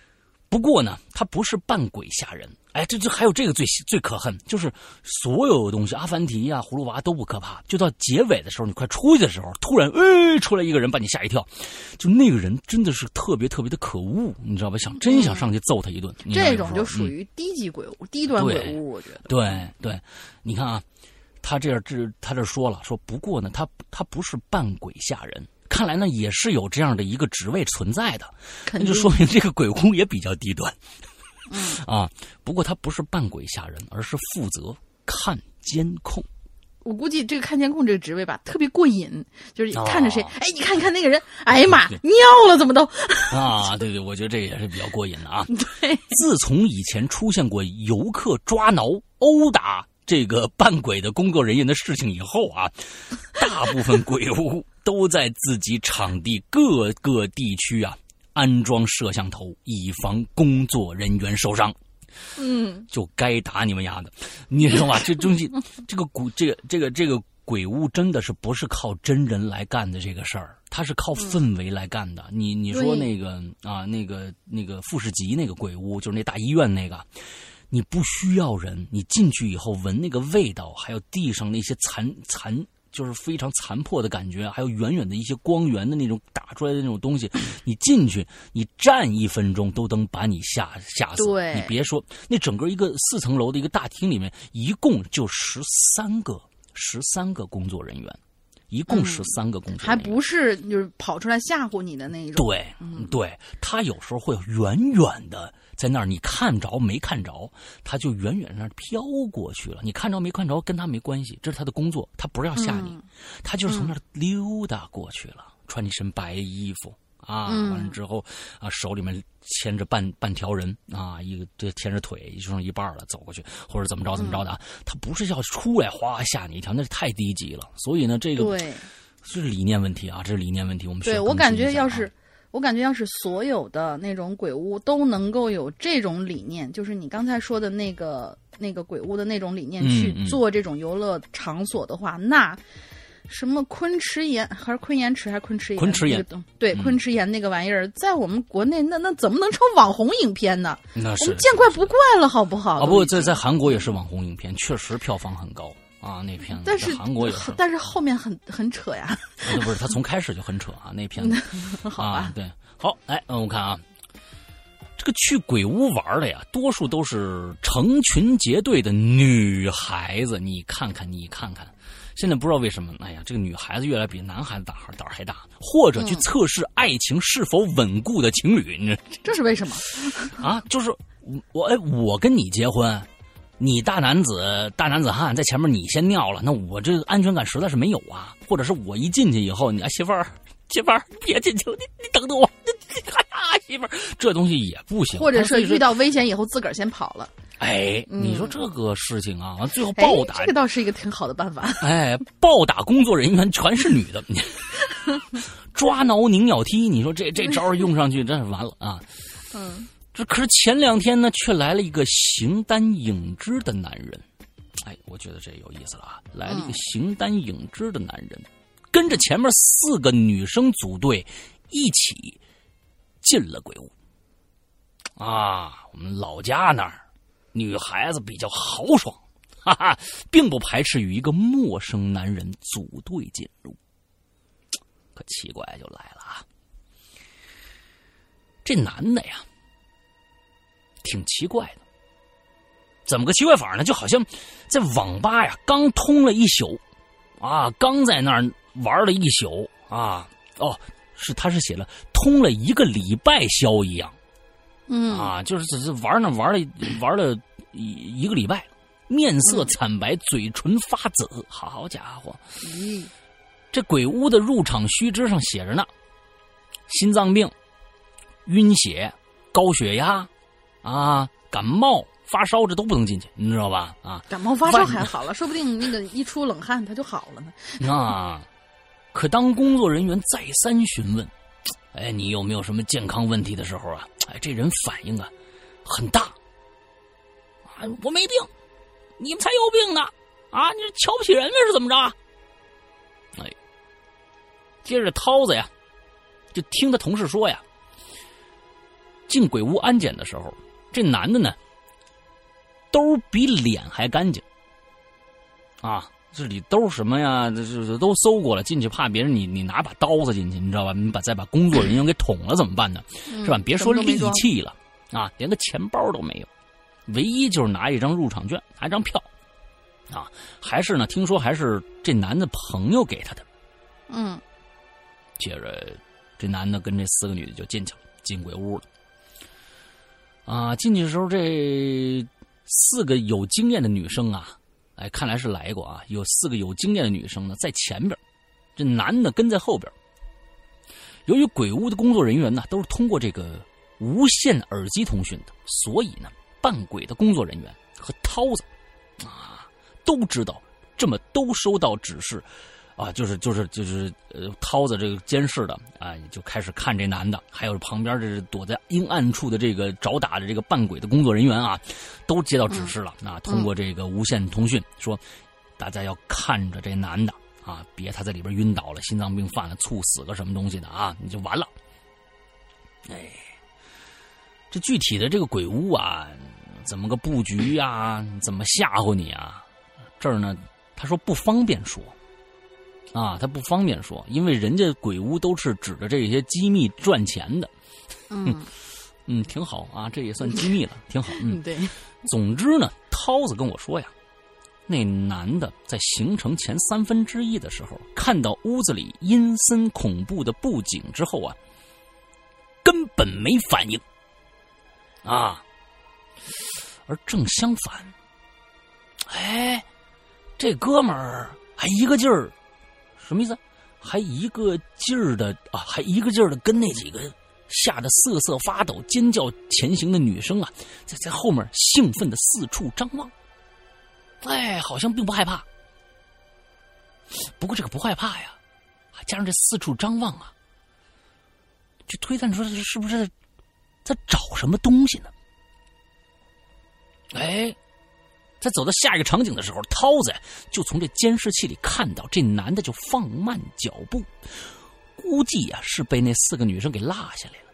不过呢，他不是扮鬼吓人。哎，这这还有这个最最可恨，就是所有东西，阿凡提呀、葫芦娃都不可怕，就到结尾的时候，你快出去的时候，突然哎出来一个人把你吓一跳，就那个人真的是特别特别的可恶，你知道吧？想真想上去揍他一顿。 嗯、这种就属于低级鬼物、嗯、低端鬼物，我觉得。 对对，你看啊，他这这他这说了说，不过呢，他他不是扮鬼吓人。看来呢，也是有这样的一个职位存在的，那就说明这个鬼屋也比较低端。 嗯啊，不过他不是扮鬼吓人，而是负责看监控。 我估计这个看监控这个职位吧，特别过瘾，就是看着谁，哦、哎，你看你看那个人，哎呀妈，尿了怎么都啊？对对，我觉得这也是比较过瘾的啊。 对， 自从以前出现过游客抓挠、殴打这个扮鬼的工作人员的事情以后啊，大部分鬼屋都在自己场地各个地区啊。安装摄像头，以防工作人员受伤。 嗯， 就该打你们丫的，你知道吗？这东西，这个鬼，这个这个这个鬼屋真的是不是靠真人来干的这个事儿，它是靠氛围来干的。嗯、你你说那个啊，那个那个富士急那个鬼屋，就是那大医院那个，你不需要人，你进去以后闻那个味道，还有地上那些残残。就是非常残破的感觉，还有远远的一些光源的那种打出来的那种东西，你进去，你站一分钟都能把你吓吓死。 对， 你别说，那整个一个四层楼的一个大厅里面，一共就十三个，十三个工作人员，一共十三个工作人员、嗯， 还不是就是跑出来吓唬你的那一种。 对，嗯、对，他有时候会远远的。在那儿你看着没看着，他就远远那儿飘过去了。你看着没看着跟他没关系，这是他的工作，他不是要吓你，嗯、他就是从那儿溜达过去了，嗯、穿一身白衣服啊，嗯、完了之后啊，手里面牵着半半条人啊，一个这牵着腿就剩一半了，走过去或者怎么着怎么着的，嗯、他不是要出来哗吓你一跳，那是太低级了。所以呢，这个对是理念问题啊，这是理念问题，我们需要对我感觉要是。我感觉要是所有的那种鬼屋都能够有这种理念，就是你刚才说的那个那个鬼屋的那种理念去做这种游乐场所的话，嗯嗯、那什么昆池岩还是昆岩池还是昆池岩？ 昆池岩、 那个、对，嗯、昆池岩那个玩意儿，在我们国内那那怎么能成网红影片呢？ 那是我们见怪不怪了，好不好？ 啊，不过在在韩国也是网红影片，确实票房很高。啊，那片子， 但是韩国也是， 但是后面很很扯呀。 啊、不是，他从开始就很扯啊，那片子。 好吧， 啊、对，好，哎，嗯，我看啊，这个去鬼屋玩的呀，多数都是成群结队的女孩子。你看看，你看看，现在不知道为什么，哎呀，这个女孩子越来比男孩子胆胆儿还大，或者去测试爱情是否稳固的情侣，你这是为什么？ 啊，就是我，哎，我跟你结婚。你大男子大男子汉在前面，你先尿了，那我这个安全感实在是没有啊。或者是我一进去以后，你啊媳妇儿媳妇儿别进去了，你你等等我，哎呀媳妇儿，这东西也不行。 或者是遇到危险以后自个儿先跑了。 哎，你说这个事情啊，最后暴打、 哎，这个倒是一个挺好的办法。 哎，暴打工作人员全是女的，抓挠拧咬踢，你说这这招用上去真是完了啊。 嗯。 这可是前两天呢，却来了一个形单影只的男人。哎，我觉得这有意思了啊！来了一个形单影只的男人，嗯、跟着前面四个女生组队一起进了鬼屋。啊，我们老家那儿女孩子比较豪爽，哈哈，并不排斥与一个陌生男人组队进入。可奇怪就来了啊！这男的呀。挺奇怪的，怎么个奇怪法呢？就好像在网吧呀，刚通了一宿，啊，刚在那儿玩了一宿啊，哦，是他是写了通了一个礼拜宵一样， 嗯啊，就是只是玩那玩了玩了一一个礼拜，面色惨白，嗯、嘴唇发紫，好家伙， 嗯， 这鬼屋的入场须知上写着呢，心脏病、晕血、高血压。啊，感冒发烧这都不能进去，你知道吧？啊， 感冒发烧还好了，说不定那个一出冷汗它就好了呢。 啊，可当工作人员再三询问，哎，你有没有什么健康问题的时候啊，哎，这人反应啊很大。啊，我没病，你们才有病呢！啊，你瞧不起人那是怎么着？哎，接着涛子呀，就听他同事说呀。 进鬼屋安检的时候，这男的呢，兜比脸还干净啊！这里兜什么呀？这这都搜过了，进去怕别人你你拿把刀子进去，你知道吧？你把再把工作人员给捅了怎么办呢？ 嗯、 是吧？别说利器了啊，连个钱包都没有，唯一就是拿一张入场券，拿一张票啊，还是呢，听说还是这男的朋友给他的。 嗯， 接着这男的跟这四个女的就进去了，进鬼屋了。啊，进去的时候，这四个有经验的女生啊。哎，看来是来过啊！有四个有经验的女生呢，在前边，这男的跟在后边。由于鬼屋的工作人员呢，都是通过这个无线耳机通讯的，所以呢，扮鬼的工作人员和涛子啊，都知道，这么都收到指示，啊，就是就是就是呃，涛子这个监视的啊，就开始看这男的，还有旁边这躲在阴暗处的这个找打的这个扮鬼的工作人员啊，都接到指示了。嗯、啊，通过这个无线通讯说，大家要看着这男的啊，别他在里边晕倒了、心脏病犯了、猝死个什么东西的啊，你就完了。哎，这具体的这个鬼屋啊，怎么个布局呀、啊？怎么吓唬你啊？这儿呢，他说不方便说。啊，他不方便说，因为人家鬼屋都是指着这些机密赚钱的。 嗯嗯，挺好啊，这也算机密了，挺好。嗯， 对。 总之呢，涛子跟我说呀，那男的在行程前三分之一的时候，看到屋子里阴森恐怖的布景之后啊，根本没反应。啊，而正相反，哎，这哥们儿还一个劲儿。什么意思？还一个劲儿的啊，还一个劲儿的跟那几个吓得瑟瑟发抖、尖叫前行的女生啊，在在后面兴奋的四处张望。哎，好像并不害怕。不过这个不害怕呀，加上这四处张望啊，就推断出来是不是在在找什么东西呢？哎。在走到下一个场景的时候，涛子就从这监视器里看到这男的就放慢脚步，估计呀、啊、是被那四个女生给落下来了。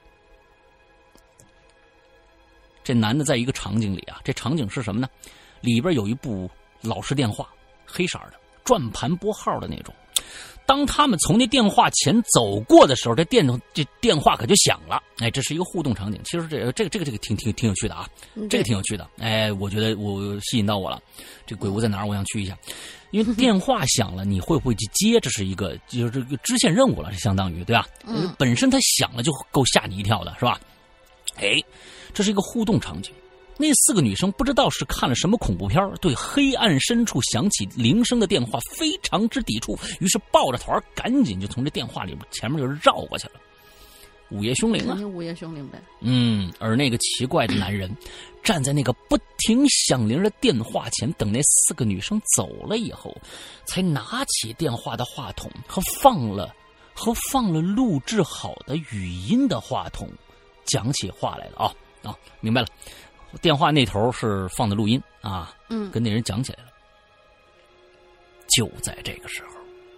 这男的在一个场景里啊，这场景是什么呢？里边有一部老式电话，黑色的，转盘拨号的那种。当他们从那电话前走过的时候，这电这电话可就响了。哎，这是一个互动场景。其实这这个这个这个挺挺挺有趣的啊，这个挺有趣的。哎，我觉得我吸引到我了。这鬼屋在哪儿？我想去一下。因为电话响了，你会不会去接？这是一个就是这个支线任务了，这相当于对吧？嗯，本身它响了就够吓你一跳的，是吧？哎，这是一个互动场景。那四个女生不知道是看了什么恐怖片，对黑暗深处响起铃声的电话非常之抵触，于是抱着团赶紧就从这电话里边前面就绕过去了。午夜凶铃啊， 午夜凶铃呗。 嗯，而那个奇怪的男人站在那个不停响铃的电话前，等那四个女生走了以后，才拿起电话的话筒和放了和放了录制好的语音的话筒，讲起话来了啊啊，明白了。电话那头是放的录音啊，嗯，跟那人讲起来了。就在这个时候，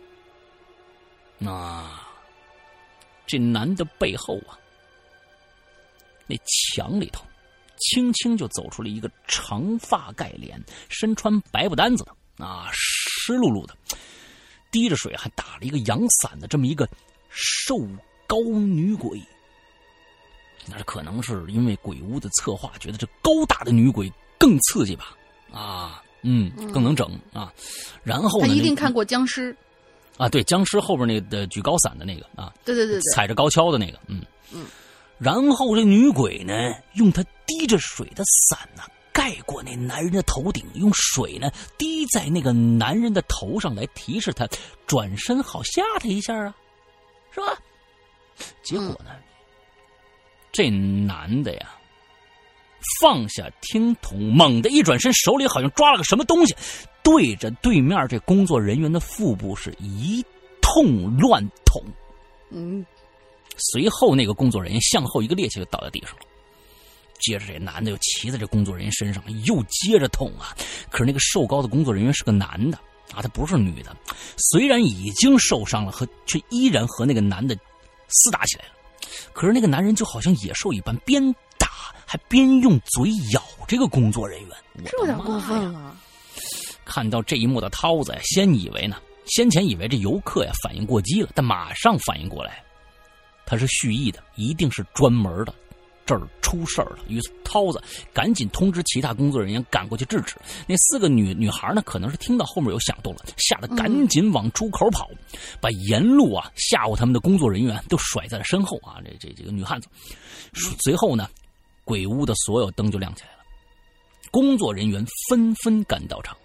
那这男的背后啊，那墙里头，轻轻就走出了一个长发盖脸、身穿白布单子的啊，湿漉漉的，滴着水还打了一个阳伞的这么一个瘦高女鬼。那可能是因为鬼屋的策划觉得这高大的女鬼更刺激吧，啊，嗯，更能整啊。然后呢， 他一定看过僵尸啊，对，僵尸后边那个举高伞的那个啊， 对对对对， 踩着高跷的那个，嗯嗯。 然后这女鬼呢，用她滴着水的伞呢、啊，盖过那男人的头顶，用水呢滴在那个男人的头上，来提示他转身，好吓他一下啊，是吧？结果呢？嗯，这男的呀，放下听筒，猛地一转身，手里好像抓了个什么东西，对着对面这工作人员的腹部是一通乱捅。 嗯， 随后那个工作人员向后一个趔趄就倒在地上了。接着这男的又骑在这工作人员身上，又接着捅啊。可是那个瘦高的工作人员是个男的啊，他不是女的。虽然已经受伤了，和却依然和那个男的厮打起来了。可是那个男人就好像野兽一般，边还边用嘴咬这个工作人员， 这有点过分了。 看到这一幕的涛子呀，先以为呢，先前以为这游客呀反应过激了，但马上反应过来，他是蓄意的，一定是专门的。这儿出事儿了，于是涛子赶紧通知其他工作人员赶过去制止。那四个女女孩呢，可能是听到后面有响动了，吓得赶紧往出口跑，嗯、把沿路啊吓唬他们的工作人员都甩在了身后啊！这这几个女汉子。随后呢，鬼屋的所有灯就亮起来了，工作人员纷纷赶到场。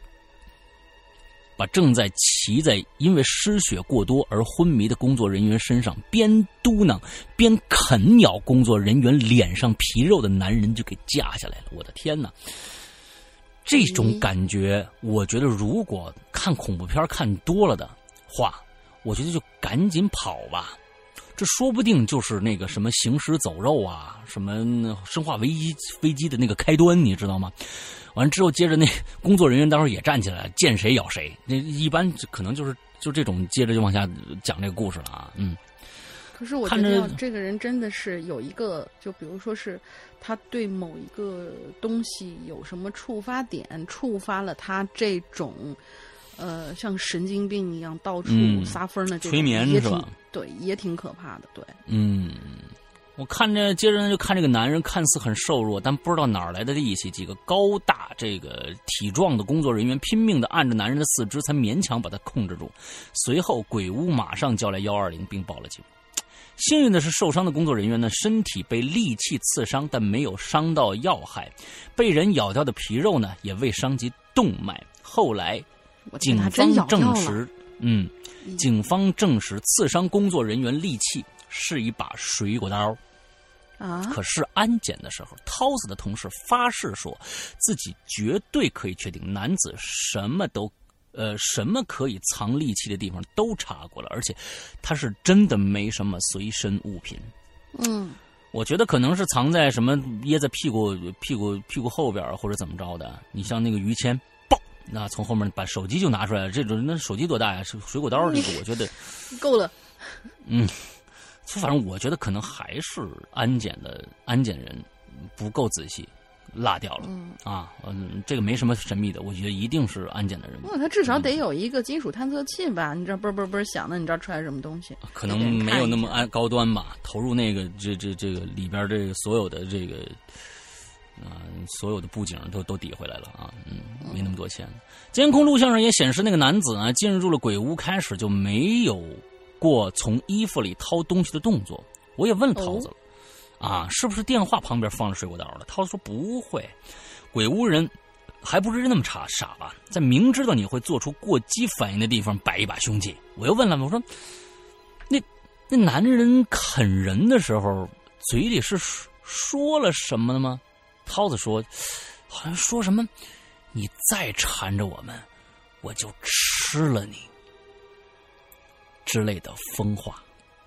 把正在骑在因为失血过多而昏迷的工作人员身上边嘟囔边啃咬工作人员脸上皮肉的男人就给架下来了。我的天哪，这种感觉我觉得如果看恐怖片看多了的话，我觉得就赶紧跑吧，这说不定就是那个什么行尸走肉啊，什么生化危机飞机的那个开端，你知道吗？完了之后，接着那工作人员待会儿也站起来，见谁咬谁。那一般可能就是就这种，接着就往下讲这个故事了啊。嗯。 可是我觉得这个人真的是有一个，就比如说是他对某一个东西有什么触发点，触发了他这种呃像神经病一样到处撒疯的这种、 嗯、催眠是吧？ 对，也挺可怕的。对， 嗯。我看着，接着就看这个男人看似很瘦弱，但不知道哪儿来的力气。几个高大、这个体壮的工作人员拼命地按着男人的四肢，才勉强把他控制住。随后，鬼屋马上叫来一二零，并报了警。幸运的是，受伤的工作人员呢，身体被利器刺伤，但没有伤到要害。被人咬掉的皮肉呢，也未伤及动脉。后来，警方证实，嗯，警方证实刺伤工作人员利器是一把水果刀。 啊！ 可是安检的时候，涛子的同事发誓说，自己绝对可以确定男子什么都，呃，什么可以藏利器的地方都查过了，而且他是真的没什么随身物品。 嗯， 我觉得可能是藏在什么掖在屁股、屁股、屁股后边或者怎么着的。你像那个于谦，爆，那从后面把手机就拿出来了。这种那手机多大呀？是水果刀，这个我觉得够了。 嗯。反正我觉得可能还是安检的安检人不够仔细，落掉了、 嗯、 啊。嗯，这个没什么神秘的，我觉得一定是安检的人。 哦，他至少得有一个金属探测器吧？你这嘣嘣嘣响的，你知道出来什么东西？ 可能没有那么安高端吧。投入那个这这这个里边这个所有的这个啊、呃，所有的布景都都抵回来了啊。嗯，没那么多钱。监控录像上也显示，那个男子啊进入了鬼屋开始就没有过从衣服里掏东西的动作。我也问涛子了、哦、啊，是不是电话旁边放了水果刀了？涛子说不会，鬼屋人还不是那么傻傻吧，在明知道你会做出过激反应的地方摆一把凶器。我又问了，我说那那男人啃人的时候嘴里是说了什么的吗？涛子说好像说什么你再缠着我们我就吃了你之类的疯话。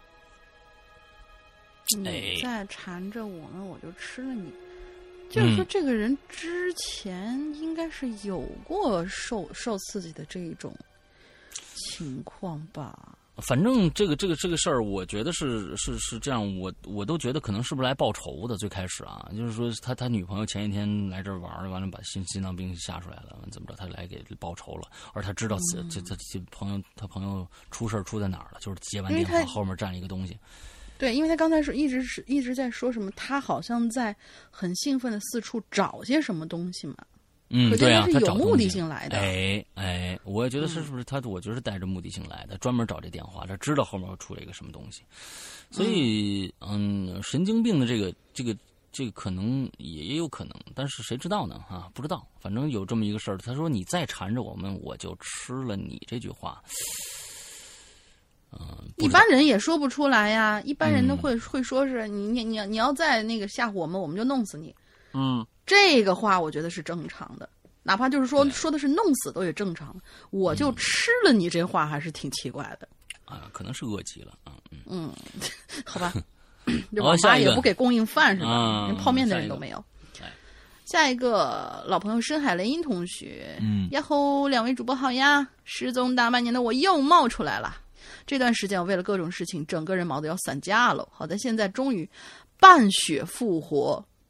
你再缠着我们我就吃了你、哎、就是说这个人之前应该是有过受受刺激的这种情况吧。 反正这个这个这个事儿，我觉得是是是这样，我我都觉得可能是不是来报仇的。最开始啊，就是说他他女朋友前一天来这儿玩，完了把心心脏病吓出来了，怎么着他来给报仇了，而他知道这这这这朋友他朋友出事出在哪儿了，就是接完电话后面站了一个东西。 对，因为他刚才是一直是一直在说什么，他好像在很兴奋的四处找些什么东西嘛。 嗯，对啊， 他是有目的性来的。 哎哎，我也觉得是不是他？我觉得是带着目的性来的，专门找这电话，他知道后面会出来一个什么东西。所以，嗯，神经病的这个这个这个可能也有可能，但是谁知道呢？啊，不知道。反正有这么一个事儿。他说：“你再缠着我们，我就吃了你。”这句话，嗯、呃， 一般人也说不出来呀。一般人都会、嗯、会说是你你你你要再那个吓唬我们，我们就弄死你。 嗯。 这个话我觉得是正常的，哪怕就是说说的是弄死都也正常。我就吃了你这话还是挺奇怪的。 嗯、啊，可能是饿极了啊。嗯, 嗯好吧。这网吧也不给供应饭是吧、 啊？ 连泡面的人都没有。下一个老朋友深海雷音同学， 嗯， 呀吼，两位主播好呀！失踪大半年的我又冒出来了。这段时间我为了各种事情，整个人毛都要散架了。好在现在终于半血复活。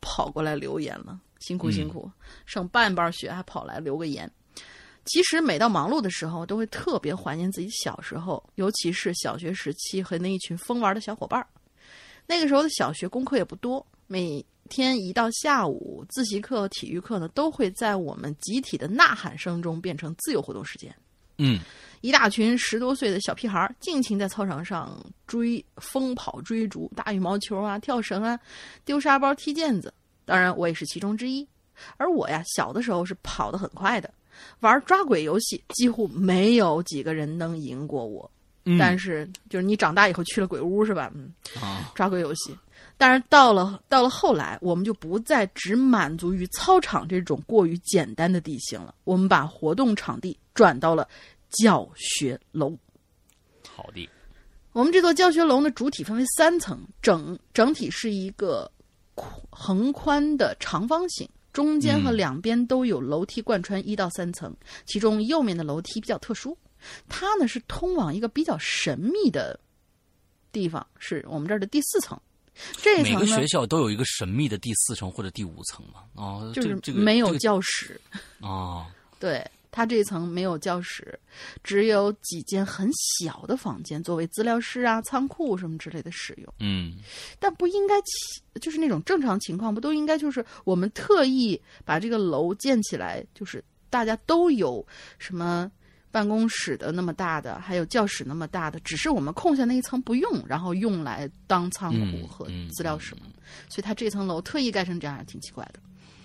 跑过来留言了，辛苦辛苦，嗯、省半半学还跑来留个言。其实每到忙碌的时候，都会特别怀念自己小时候，尤其是小学时期和那一群疯玩的小伙伴。那个时候的小学功课也不多，每天一到下午，自习课、体育课呢，都会在我们集体的呐喊声中变成自由活动时间。 嗯， 一大群十多岁的小屁孩尽情在操场上追疯跑追逐，打羽毛球啊，跳绳啊，丢沙包，踢毽子。当然我也是其中之一。而我呀，小的时候是跑得很快的，玩抓鬼游戏几乎没有几个人能赢过我。嗯、但是就是你长大以后去了鬼屋是吧？嗯，啊，抓鬼游戏。但是到了到了后来，我们就不再只满足于操场这种过于简单的地形了，我们把活动场地转到了教学楼。 好的， 我们这座教学楼的主体分为三层，整整体是一个横宽的长方形，中间和两边都有楼梯贯穿一到三层，嗯、其中右面的楼梯比较特殊，它呢是通往一个比较神秘的地方，是我们这儿的第四层。这一层呢， 每个学校都有一个神秘的第四层或者第五层嘛？哦， 就是没有教室。 这个、哦， 对，它这一层没有教室，只有几间很小的房间作为资料室啊、仓库什么之类的使用。 嗯， 但不应该就是那种正常情况，不都应该就是我们特意把这个楼建起来，就是大家都有什么办公室的那么大的，还有教室那么大的，只是我们空下那一层不用，然后用来当仓库和资料室嘛。嗯嗯嗯、所以它这层楼特意盖成这样，还挺奇怪的。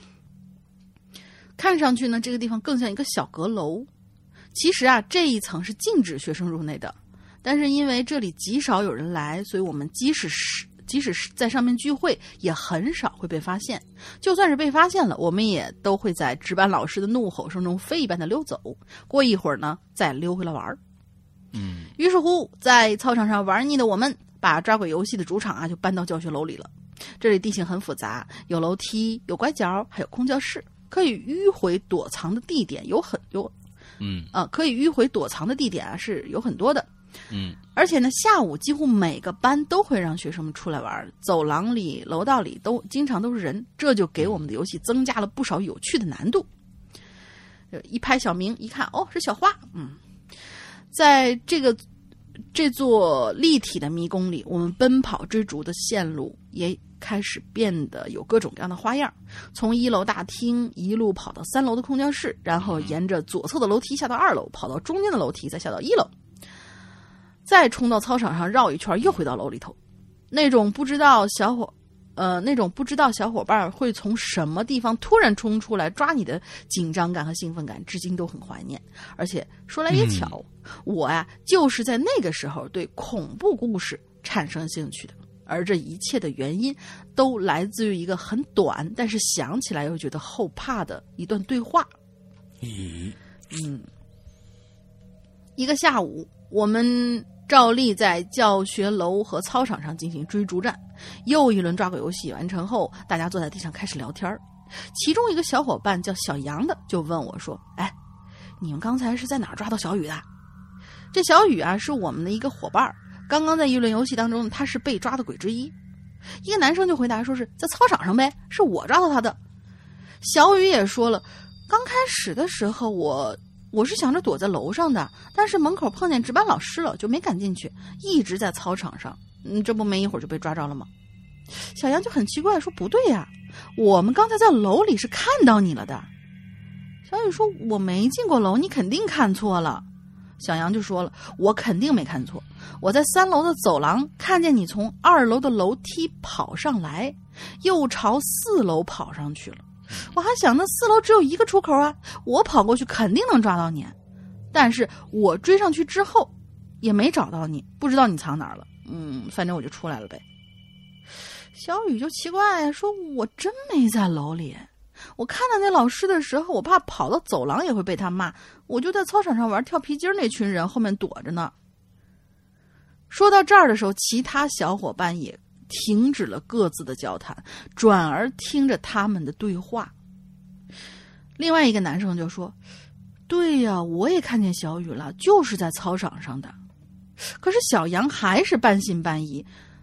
看上去呢，这个地方更像一个小阁楼。其实啊，这一层是禁止学生入内的，但是因为这里极少有人来，所以我们即使是即使是在上面聚会，也很少会被发现。就算是被发现了，我们也都会在值班老师的怒吼声中飞一般的溜走。过一会儿呢，再溜回来玩。 嗯， 于是乎，在操场上玩腻的我们，把抓鬼游戏的主场啊就搬到教学楼里了。这里地形很复杂，有楼梯，有拐角，还有空教室，可以迂回躲藏的地点有很多。 嗯啊，可以迂回躲藏的地点啊是有很多的。 嗯， 而且呢，下午几乎每个班都会让学生们出来玩，走廊里、楼道里都经常都是人，这就给我们的游戏增加了不少有趣的难度。一拍小明，一看，哦，是小花。嗯，在这个这座立体的迷宫里，我们奔跑追逐的线路也开始变得有各种各样的花样，从一楼大厅一路跑到三楼的空教室，然后沿着左侧的楼梯下到二楼，跑到中间的楼梯，再下到一楼。再冲到操场上绕一圈，又回到楼里头。那种不知道小伙，呃，那种不知道小伙伴会从什么地方突然冲出来抓你的紧张感和兴奋感，至今都很怀念。而且说来也巧，嗯、我呀就是在那个时候对恐怖故事产生兴趣的。而这一切的原因，都来自于一个很短，但是想起来又觉得后怕的一段对话。 咦， 嗯，一个下午，我们照例在教学楼和操场上进行追逐战。又一轮抓鬼游戏完成后，大家坐在地上开始聊天。其中一个小伙伴叫小杨的就问我说：“哎，你们刚才是在哪儿抓到小雨的？”这小雨啊，是我们的一个伙伴，刚刚在一轮游戏当中，他是被抓的鬼之一。一个男生就回答说是在操场上呗，是我抓到他的。小雨也说了，刚开始的时候我我是想着躲在楼上的，但是门口碰见值班老师了，就没敢进去，一直在操场上。嗯，这不没一会儿就被抓着了吗？小杨就很奇怪说，不对呀，我们刚才在楼里是看到你了的。小雨说，我没进过楼，你肯定看错了。小杨就说了，我肯定没看错，我在三楼的走廊看见你从二楼的楼梯跑上来，又朝四楼跑上去了。我还想那四楼只有一个出口啊，我跑过去肯定能抓到你。但是我追上去之后也没找到你，不知道你藏哪儿了。嗯，反正我就出来了呗。小雨就奇怪说，我真没在楼里，我看到那老师的时候，我怕跑到走廊也会被他骂，我就在操场上玩跳皮筋，那群人后面躲着呢。说到这儿的时候，其他小伙伴也停止了各自的交谈，转而听着他们的对话。另外一个男生就说，对呀，我也看见小雨了，就是在操场上的。可是小杨还是半信半疑，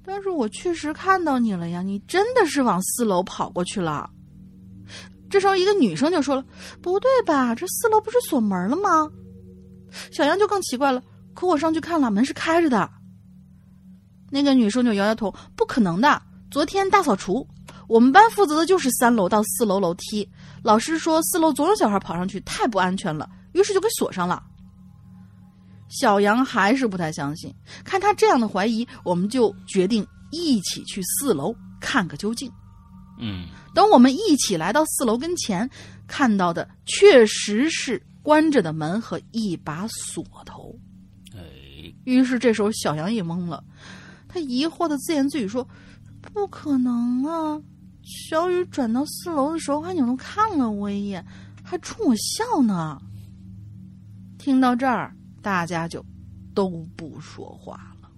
但是我确实看到你了呀，你真的是往四楼跑过去了。这时候一个女生就说了，不对吧，这四楼不是锁门了吗？小杨就更奇怪了，可我上去看了，门是开着的。那个女生就摇摇头，不可能的，昨天大扫除，我们班负责的就是三楼到四楼楼梯，老师说四楼总有小孩跑上去，太不安全了，于是就给锁上了。小杨还是不太相信，看他这样的怀疑，我们就决定一起去四楼看个究竟。 嗯， 等我们一起来到四楼跟前，看到的确实是关着的门和一把锁头。 哎， 于是这时候小杨也懵了，他疑惑的自言自语说，不可能啊，小雨转到四楼的时候还扭头看了我一眼，还冲我笑呢。听到这儿，大家就都不说话了。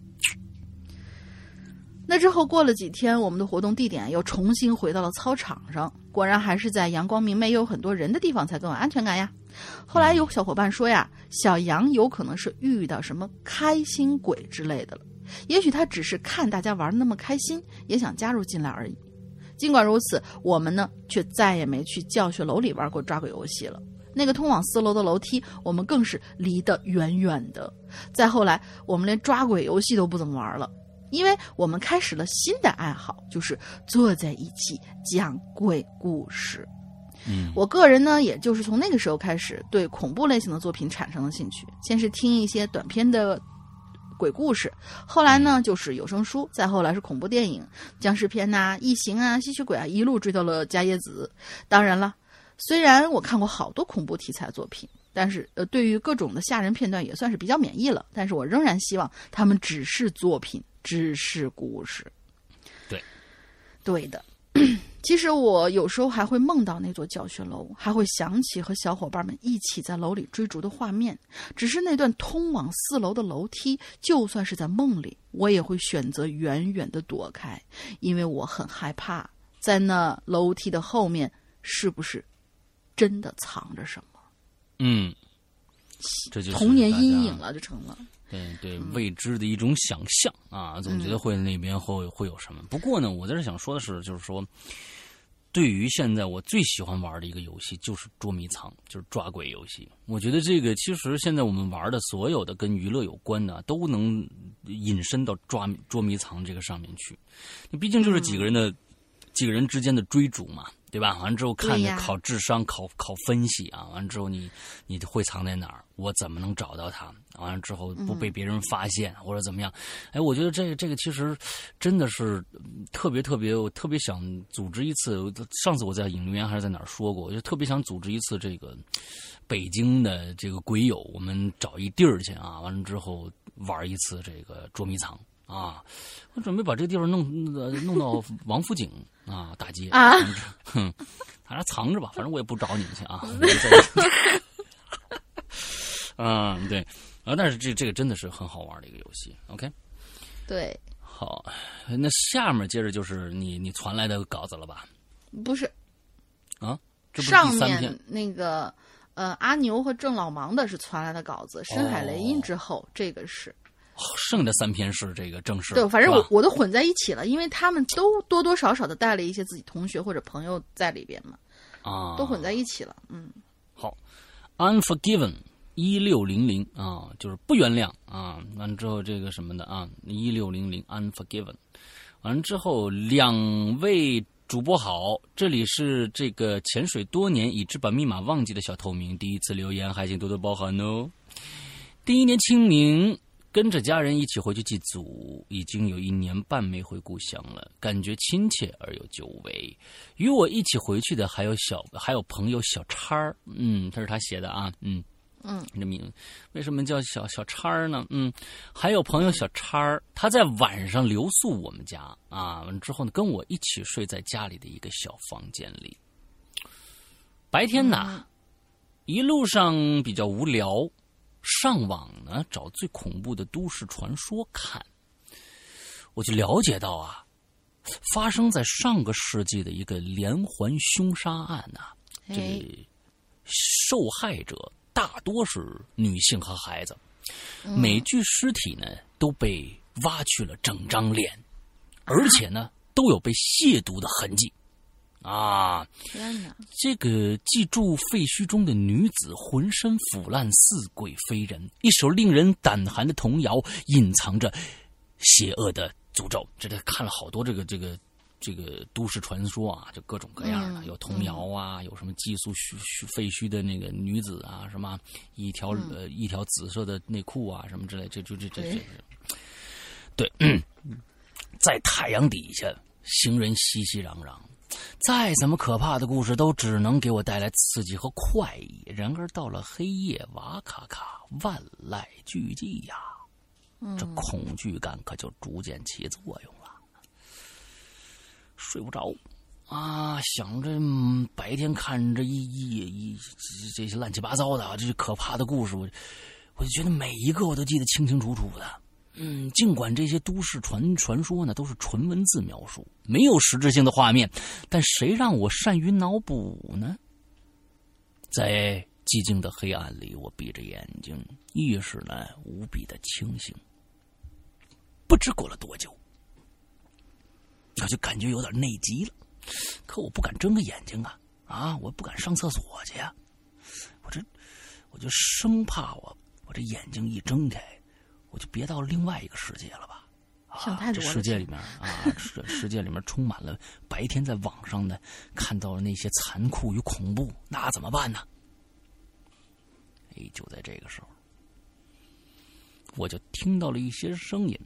那之后过了几天，我们的活动地点又重新回到了操场上，果然还是在阳光明媚又有很多人的地方才更有安全感呀。后来有小伙伴说呀，小杨有可能是遇到什么开心鬼之类的了，也许他只是看大家玩得那么开心，也想加入进来而已。尽管如此，我们呢却再也没去教学楼里玩过抓鬼游戏了。那个通往四楼的楼梯，我们更是离得远远的。再后来，我们连抓鬼游戏都不怎么玩了，因为我们开始了新的爱好，就是坐在一起讲鬼故事。 嗯， 我个人呢，也就是从那个时候开始对恐怖类型的作品产生了兴趣。先是听一些短篇的鬼故事，后来呢就是有声书，再后来是恐怖电影、僵尸片呐、啊、异形啊、吸血鬼啊，一路追到了伽椰子。当然了，虽然我看过好多恐怖题材作品，但是呃，对于各种的吓人片段也算是比较免疫了。但是我仍然希望他们只是作品，只是故事。 对， 对的。其实我有时候还会梦到那座教学楼，还会想起和小伙伴们一起在楼里追逐的画面。只是那段通往四楼的楼梯，就算是在梦里，我也会选择远远的躲开，因为我很害怕，在那楼梯的后面是不是真的藏着什么？ 嗯，这就是童年阴影了，就成了。 对对，未知的一种想象啊，总觉得会那边会会有什么。不过呢，我在这想说的是，就是说，对于现在我最喜欢玩的一个游戏就是捉迷藏，就是抓鬼游戏。我觉得这个其实现在我们玩的所有的跟娱乐有关的，都能引申到抓捉迷藏这个上面去。毕竟就是几个人的、嗯、几个人之间的追逐嘛。对吧？完了之后看着考智商、考考分析啊，完了之后你你会藏在哪儿？我怎么能找到它？完了之后不被别人发现、嗯、或者怎么样？哎，我觉得这个这个其实真的是特别特别，我特别想组织一次。上次我在影留言还是在哪儿说过，我就特别想组织一次这个北京的这个鬼友，我们找一地儿去啊，完了之后玩一次这个捉迷藏。啊，我准备把这个地方弄弄到王府井啊大街啊， 哼，反正藏着吧，反正我也不找你们去啊。嗯，对，啊，但是这这个真的是很好玩的一个游戏。OK， 对， 好，那下面接着就是你你传来的稿子了吧？ 不是， 啊，这不是上第三篇面那个呃阿牛和郑老芒的是传来的稿子，深海雷音之后、哦、这个是。 剩的三篇是这个正式， 对，反正我我都混在一起了，因为他们都多多少少的带了一些自己同学或者朋友在里边嘛， 啊， 都混在一起了。嗯， 好 ，Unforgiven 一六零零啊，就是不原谅啊，完了之后这个什么的啊，一六零零 Unforgiven， 完了之后两位主播好，这里是这个潜水多年以致把密码忘记的小透明，第一次留言还请多多包涵哦。第一年清明。跟着家人一起回去祭祖，已经有一年半没回故乡了，感觉亲切而又久违。与我一起回去的还有小，还有朋友小叉儿，嗯，这是他写的啊，嗯嗯， 这名为什么叫小小叉儿呢？嗯，还有朋友小叉儿，他在晚上留宿我们家啊，完之后呢，跟我一起睡在家里的一个小房间里。白天呢，嗯、一路上比较无聊。上网呢找最恐怖的都市传说看，我就了解到啊，发生在上个世纪的一个连环凶杀案呐、啊，这受害者大多是女性和孩子，每具尸体呢都被挖去了整张脸， 而且呢都有被亵渎的痕迹。啊！ 天哪！ 这个寄住废墟中的女子浑身腐烂，似鬼非人，一首令人胆寒的童谣，隐藏着邪恶的诅咒。这里看了好多这个这个这个都市传说啊，就各种各样的，有童谣啊，有什么寄宿墟墟废墟的那个女子啊，什么一条、嗯、呃一条紫色的内裤啊，什么之类，这这这这这，对，嗯，在太阳底下，行人熙熙攘攘。再怎么可怕的故事都只能给我带来刺激和快意，然而到了黑夜，哇咔咔，万籁俱寂呀，这恐惧感可就逐渐起作用了。睡不着啊，想着、嗯、白天看着一一一这些乱七八糟的啊，这些可怕的故事，我我就觉得每一个我都记得清清楚楚的。嗯，尽管这些都市传传说呢都是纯文字描述，没有实质性的画面，但谁让我善于脑补呢？在寂静的黑暗里，我闭着眼睛，意识呢无比的清醒。不知过了多久，我就感觉有点内急了，可我不敢睁开眼睛啊啊！我不敢上厕所去呀、啊，我这我就生怕我我这眼睛一睁开。我就别到另外一个世界了吧？ 想太多了。 这世界里面啊，世世界里面充满了白天在网上的看到的那些残酷与恐怖，那怎么办呢？哎，就在这个时候，我就听到了一些声音，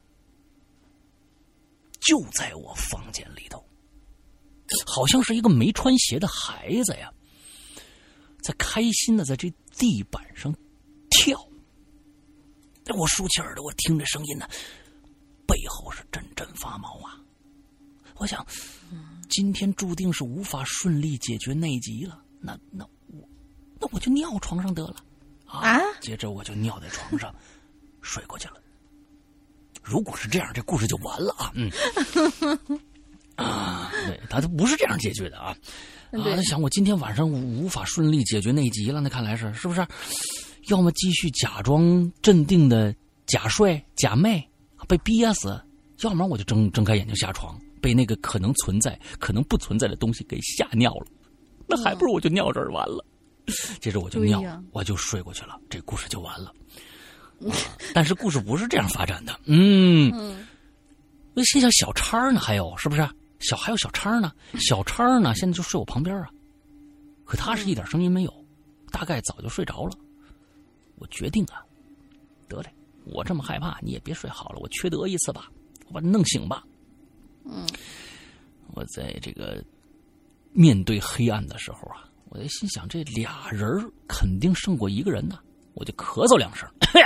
就在我房间里头，好像是一个没穿鞋的孩子呀，在开心的在这地板上跳。我竖起耳朵，我听着声音呢，背后是阵阵发毛啊！我想，今天注定是无法顺利解决内急了。那那我，那我就尿床上得了啊！啊接着我就尿在床上睡过去了。如果是这样，这故事就完了啊！嗯啊，对，他都不是这样解决的啊！啊，他想我今天晚上无法顺利解决内急了，那看来是是不是？要么继续假装镇定的假睡假寐被憋死，要么我就睁睁开眼睛下床，被那个可能存在可能不存在的东西给吓尿了，那还不如我就尿这儿完了。接着我就尿、啊、我就睡过去了，这故事就完了、啊、但是故事不是这样发展的。嗯嗯，现在小叉呢，还有是不是小还有小叉呢？小叉呢现在就睡我旁边啊，可他是一点声音没有，大概早就睡着了。我决定啊，得嘞，我这么害怕，你也别睡好了，我缺德一次吧，我把你弄醒吧。 嗯， 我在这个面对黑暗的时候啊，我就心想，这俩人肯定胜过一个人呢，我就咳嗽两声，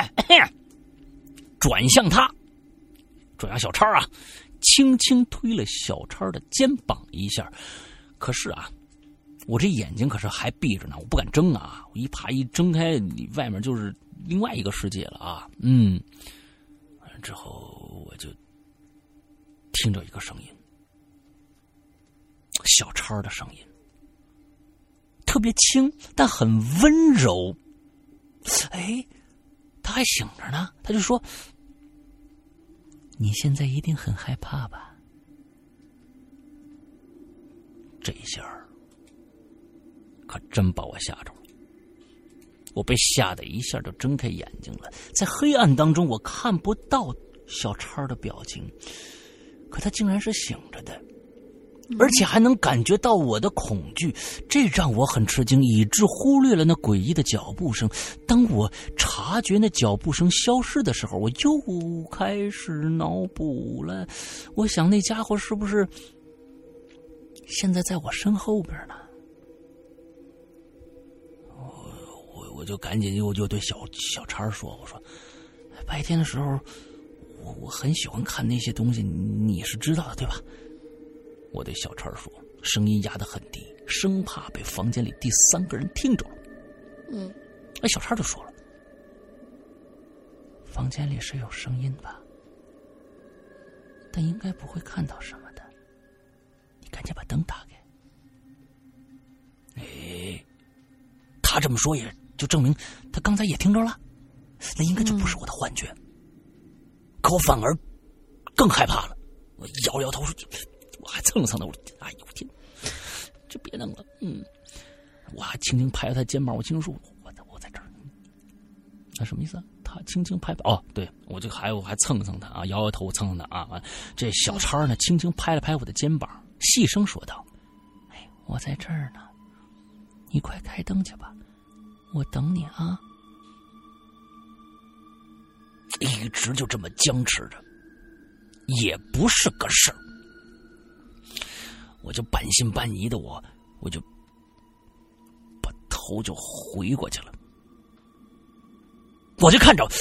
转向他，转向小超啊，轻轻推了小超的肩膀一下，可是啊。我这眼睛可是还闭着呢，我不敢睁啊！我一怕一睁开，你外面就是另外一个世界了啊！嗯，之后我就听着一个声音，小超的声音，特别轻，但很温柔。哎，他还醒着呢，他就说：“你现在一定很害怕吧？”这一下可真把我吓着了，我被吓得一下就睁开眼睛了。在黑暗当中，我看不到小超的表情，可他竟然是醒着的，而且还能感觉到我的恐惧，这让我很吃惊，以致忽略了那诡异的脚步声。当我察觉那脚步声消失的时候，我又开始脑补了。我想那家伙是不是现在在我身后边呢？我就赶紧我就对小小叉说，我说白天的时候我我很喜欢看那些东西，你是知道的对吧？我对小叉说，声音压得很低，生怕被房间里第三个人听着了。 嗯， 哎，小叉就说了，房间里是有声音吧，但应该不会看到什么的，你赶紧把灯打开。哎，他这么说也就证明他刚才也听着了，那应该就不是我的幻觉。嗯、可我反而更害怕了。 我摇摇头说，我还蹭了蹭他，我说哎呦天，这别弄了，嗯，我还轻轻拍了他肩膀，我轻轻说，我我在这儿，那什么意思啊？他轻轻拍拍，哦，对，我就还我还蹭蹭他啊，摇摇头蹭蹭他啊，这小叉呢，轻轻拍了拍我的肩膀，细声说道：“哎，我在这儿呢，你快开灯去吧，我等你啊。”一直就这么僵持着，也不是个事儿。我就半信半疑的我，我就把头就回过去了。我就看着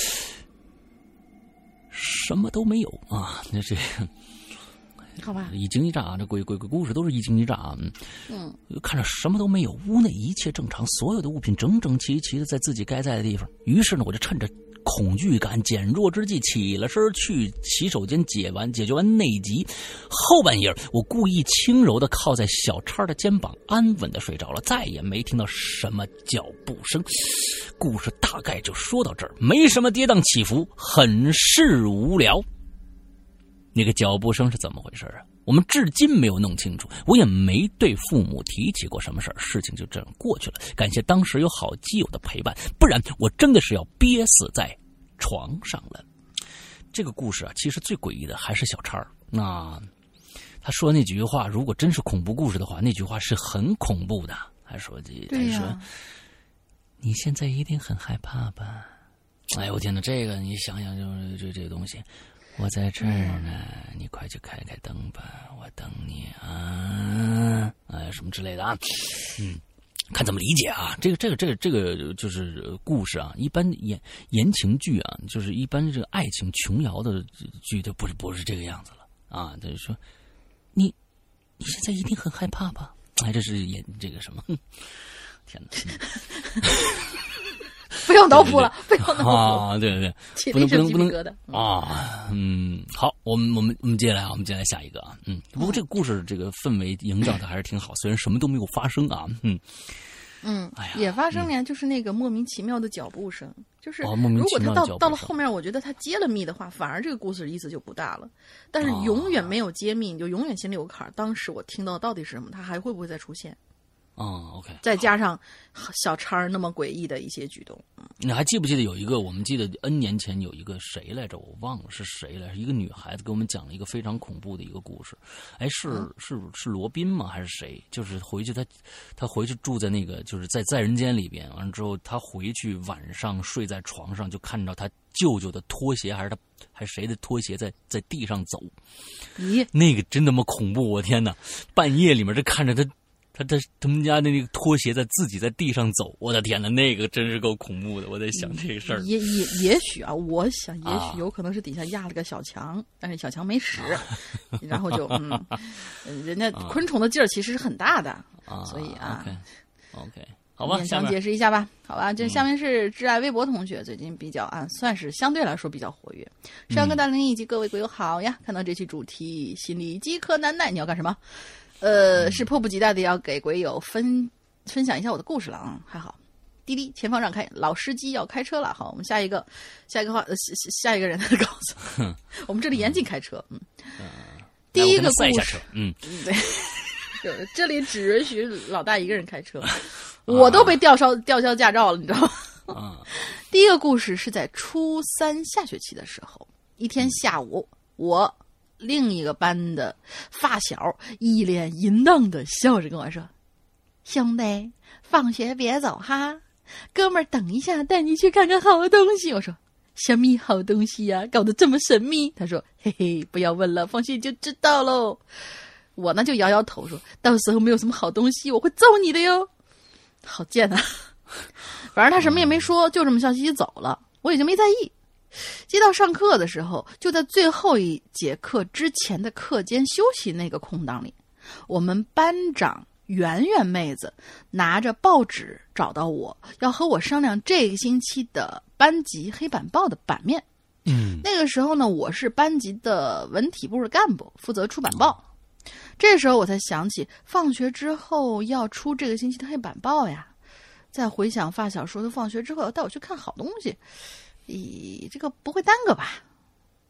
什么都没有啊！那这好吧， 一惊一乍啊，这鬼鬼鬼故事都是一惊一乍啊。嗯，看着什么都没有，屋内一切正常，所有的物品整整齐齐的在自己该在的地方。于是呢，我就趁着恐惧感减弱之际，起了身去洗手间解完解决完内急。后半夜，我故意轻柔的靠在小叉的肩膀，安稳的睡着了，再也没听到什么脚步声。故事大概就说到这儿，没什么跌宕起伏，很是无聊。那个脚步声是怎么回事啊？我们至今没有弄清楚，我也没对父母提起过什么事儿，事情就这样过去了。感谢当时有好基友的陪伴，不然我真的是要憋死在床上了。这个故事啊，其实最诡异的还是小叉儿。那他说那几句话，如果真是恐怖故事的话，那句话是很恐怖的。他说这，他说你现在一定很害怕吧？哎呦我天哪，这个你想想，就是这这个东西。我在这儿呢，你快去开开灯吧，我等你啊，哎，什么之类的啊，嗯，看怎么理解啊。这个这个这个这个就是故事啊，一般言言情剧啊，就是一般这个爱情琼瑶的剧，就不是不是这个样子了啊。就是说，你你现在一定很害怕吧？哎，这是演这个什么？天哪！ 不用脑补了，不用脑补啊！对对对，不能不能不能疙瘩啊！嗯，好，我们我们我们接下来啊，我们接下来下一个啊，嗯，不过这个故事这个氛围营造的还是挺好，虽然什么都没有发生啊，嗯嗯， 哎呀， 也发生了呀，就是那个莫名其妙的脚步声，就是哦，莫名如果他其妙的脚步声到到了后面，我觉得他揭了密的话，反而这个故事意思就不大了。但是永远没有揭密，你就永远心里有坎儿。当时我听到到底是什么，他还会不会再出现？ 哦 ，OK， 再加上小叉儿那么诡异的一些举动，嗯， 你还记不记得有一个？我们记得 N 年前有一个谁来着？我忘了是谁来着？一个女孩子给我们讲了一个非常恐怖的一个故事。哎，是、嗯、是是罗宾吗？还是谁？就是回去他他回去住在那个就是在在人间里边，完了之后他回去晚上睡在床上，就看到他舅舅的拖鞋还是他还是谁的拖鞋在在地上走。 咦， 那个真他妈恐怖！我天哪，半夜里面这看着他。他他他们家的那个拖鞋在自己在地上走，我的天哪，那个真是够恐怖的。我在想这个事儿， 也也也许啊，我想也许有可能是底下压了个小强，啊、但是小强没使，啊、然后就嗯，人家昆虫的劲儿其实是很大的， 啊、 所以啊 ，OK OK， 好吧， 勉强解释一下吧，好吧，这下面是挚爱微博同学，最近比较啊，算是相对来说比较活跃。山哥大龄以及各位鬼友好呀，看到这期主题，心里饥渴难耐，你要干什么？呃，是迫不及待的要给鬼友分分享一下我的故事了啊、嗯！还好，滴滴前方让开，老司机要开车了。好，我们下一个，下一个话，呃、下下一个人告诉我们这里严禁开车。嗯， 嗯第一个故事， 嗯， 对，这里只允许老大一个人开车，我都被吊销吊销驾照了，你知道吗？ 啊， 第一个故事是在初三下学期的时候，一天下午，我。另一个班的发小一脸淫荡的笑着跟我说：“兄弟，放学别走哈，哥们儿等一下带你去看看好东西。”我说：“什么好东西呀、啊？搞得这么神秘？”他说：“嘿嘿，不要问了，放学就知道喽。”我呢就摇摇头说：“到时候没有什么好东西，我会揍你的哟。”好贱啊！反正他什么也没说，就这么笑嘻嘻走了，我也就没在意。接到上课的时候，就在最后一节课之前的课间休息那个空档里，我们班长圆圆妹子拿着报纸找到我，要和我商量这个星期的班级黑板报的版面。 嗯， 那个时候呢，我是班级的文体部的干部，负责出版报。这时候我才想起，放学之后要出这个星期的黑板报呀。再回想发小说的放学之后要带我去看好东西。咦，这个不会耽搁吧？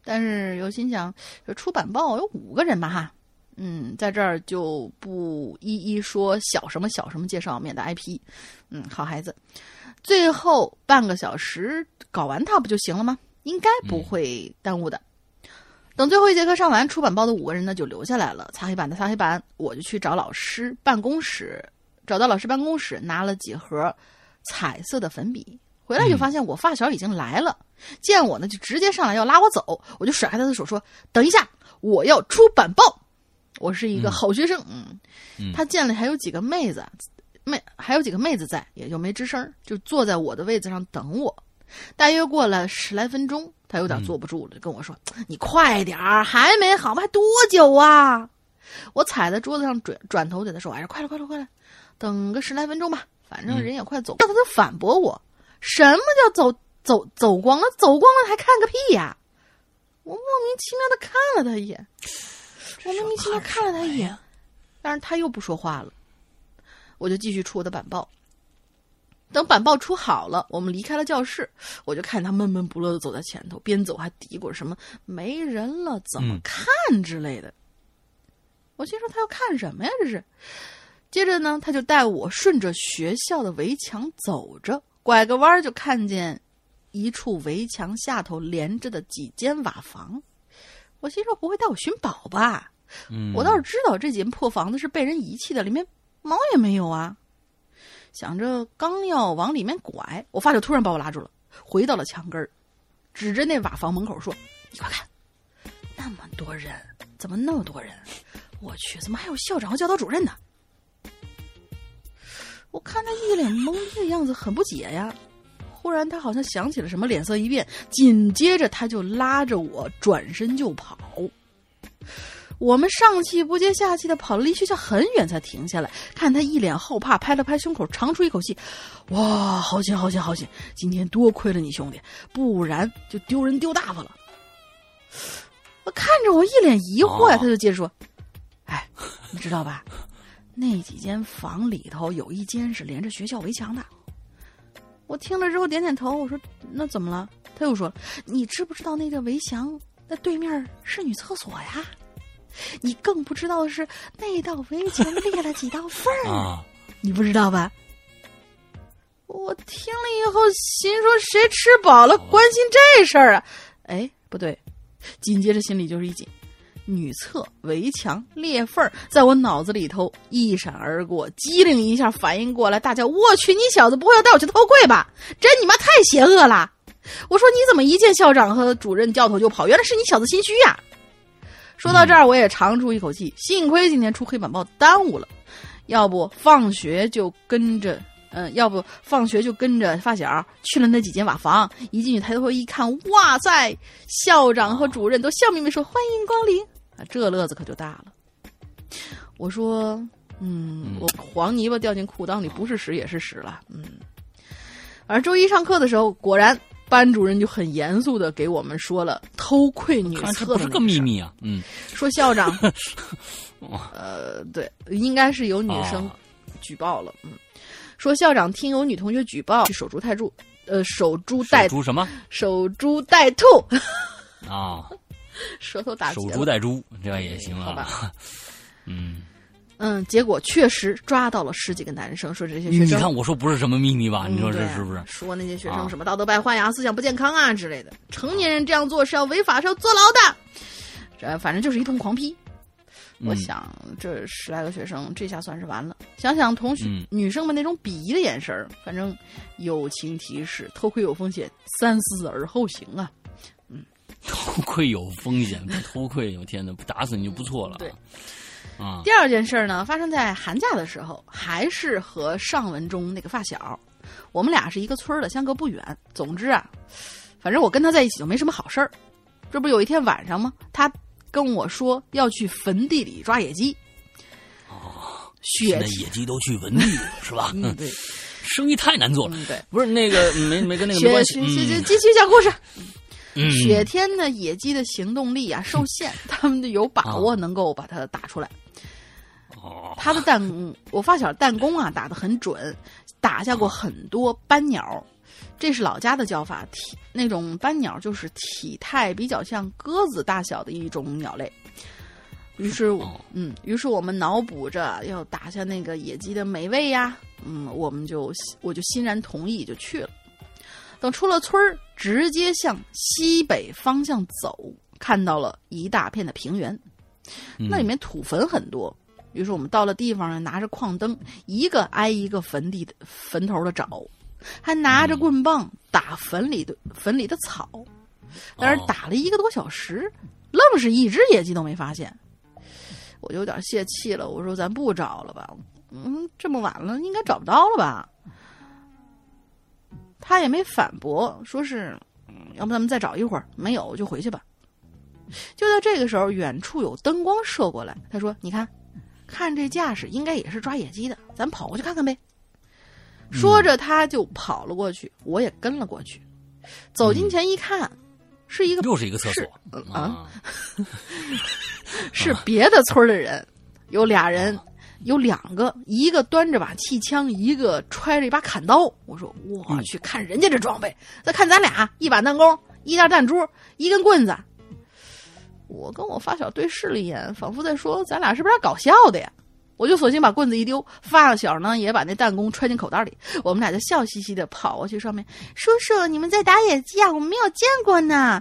但是又心想，这出版报有五个人嘛哈，嗯，在这儿就不一一说小什么小什么介绍，免得挨批。嗯，好孩子，最后半个小时搞完它不就行了吗？应该不会耽误的。嗯、等最后一节课上完，出版报的五个人呢就留下来了，擦黑板的擦黑板，我就去找老师办公室，找到老师办公室拿了几盒彩色的粉笔。回来就发现我发小已经来了，嗯、见我呢就直接上来要拉我走，我就甩开他的手说：“等一下，我要出版报。”我是一个好学生，嗯，嗯他见了还有几个妹子，妹还有几个妹子在，也就没吱声，就坐在我的位子上等我。大约过了十来分钟，他有点坐不住了，就跟我说：“你快点儿，还没好吗？还多久啊？”我踩在桌子上转转头对他说：“哎呀，快了，快了，快了，等个十来分钟吧，反正人也快走。”那、嗯、他就反驳我。什么叫走走走光了？走光了还看个屁呀！我莫名其妙的看了他一眼，我莫名其妙看了他一眼，但是他又不说话了。我就继续出我的板报。等板报出好了，我们离开了教室，我就看他闷闷不乐的走在前头，边走还嘀咕什么没人了怎么看之类的。嗯、我心说他要看什么呀这是？接着呢，他就带我顺着学校的围墙走着。拐个弯就看见一处围墙下头连着的几间瓦房，我心说不会带我寻宝吧？嗯，我倒是知道这间破房子是被人遗弃的，里面猫也没有啊。想着刚要往里面拐，我发小突然把我拉住了，回到了墙根儿，指着那瓦房门口说：“你快看，那么多人，怎么那么多人？我去，怎么还有校长和教导主任呢？”我看他一脸懵逼的样子，很不解呀。忽然他好像想起了什么，脸色一变，紧接着他就拉着我转身就跑。我们上气不接下气的跑了离学校很远才停下来，看他一脸后怕，拍了拍胸口，长出一口气：“哇，好险好险好险！今天多亏了你兄弟，不然就丢人丢大发了。”我看着我一脸疑惑呀，他就接着说：“哎，你知道吧？那几间房里头有一间是连着学校围墙的。”我听了之后点点头，我说：“那怎么了？”他又说：“你知不知道那个围墙那对面是女厕所呀？你更不知道的是，那道围墙裂了几道缝儿，啊、你不知道吧？”我听了以后心说：“谁吃饱了关心这事儿啊？”哎，不对，紧接着心里就是一紧。女厕围墙裂缝在我脑子里头一闪而过，机灵一下反应过来，大叫：“我去，你小子不会要带我去偷窥吧？真你妈太邪恶了！”我说：“你怎么一见校长和主任掉头就跑？原来是你小子心虚呀！”说到这儿，我也长出一口气，幸亏今天出黑板报耽误了，要不放学就跟着嗯，要不放学就跟着发小去了那几间瓦房，一进去抬头一看，哇塞，校长和主任都笑眯眯说：“欢迎光临。”啊，这乐子可就大了。我说：“嗯，我黄泥巴掉进裤裆里不是屎也是屎了。”嗯。而周一上课的时候，果然班主任就很严肃的给我们说了偷窥女厕的， 不是个秘密啊。嗯， 说校长，呃，对，应该是有女生举报了。嗯。说校长听有女同学举报，去守株待兔，呃，守株待守株什么？ 守株待兔啊， 舌头打结了。 守株待猪，这样也行啊。 好吧， 嗯嗯，结果确实抓到了十几个男生，说这些学生， 你看我说不是什么秘密吧？ 嗯、 你说这是不是？ 说那些学生什么道德败坏呀、啊、思想不健康啊之类的，成年人这样做是要违法，是要坐牢的。这反正就是一通狂批。我想这十来个学生这下算是完了。想想同学、嗯、女生们那种鄙夷的眼神，反正友情提示：偷窥有风险，三思而后行啊。嗯， 偷窥有风险，不偷窥，我天哪，不打死你就不错了。 对， 啊。 第二件事呢，发生在寒假的时候，还是和上文中那个发小，我们俩是一个村的，相隔不远。总之啊，反正我跟他在一起就没什么好事儿。这不有一天晚上吗？他跟我说要去坟地里抓野鸡。 哦， 雪野鸡都去坟地了是吧？ 嗯，对， 生意太难做了。 嗯、对， 不是那个没没跟那个没关系。 雪继续讲故事。 嗯， 雪天呢，野鸡的行动力啊受限，嗯、他们就有把握能够把它打出来。 哦， 他的弹，我发小弹弓啊打得很准，打下过很多斑鸟。 这是老家的叫法，体那种斑鸟就是体态比较像鸽子大小的一种鸟类。于是，嗯，于是我们脑补着要打下那个野鸡的美味呀，嗯，我们就我就欣然同意就去了。等出了村儿，直接向西北方向走，看到了一大片的平原，那里面土坟很多。于是我们到了地方呢，拿着矿灯，一个挨一个坟地的坟头的找，还拿着棍棒打坟里的坟里的草。但是打了一个多小时，愣是一只野鸡都没发现。我就有点泄气了，我说咱不找了吧，嗯，这么晚了应该找不到了吧。他也没反驳，说是、嗯、要不咱们再找一会儿，没有就回去吧。就在这个时候，远处有灯光射过来，他说你看看这架势应该也是抓野鸡的，咱跑过去看看呗。说着他就跑了过去，我也跟了过去。走近前一看、嗯、是一个又是一个厕所啊，啊是别的村的人，有俩人，有两个，一个端着把气枪，一个揣着一把砍刀。我说我去，看人家这装备，再看咱俩，一把弹弓，一袋弹珠，一根棍子。我跟我发小对视了一眼，仿佛在说咱俩是不是搞笑的呀？我就索性把棍子一丢，发小呢也把那弹弓揣进口袋里，我们俩就笑嘻嘻的跑过去上面，叔叔你们在打野鸡啊？我们没有见过呢。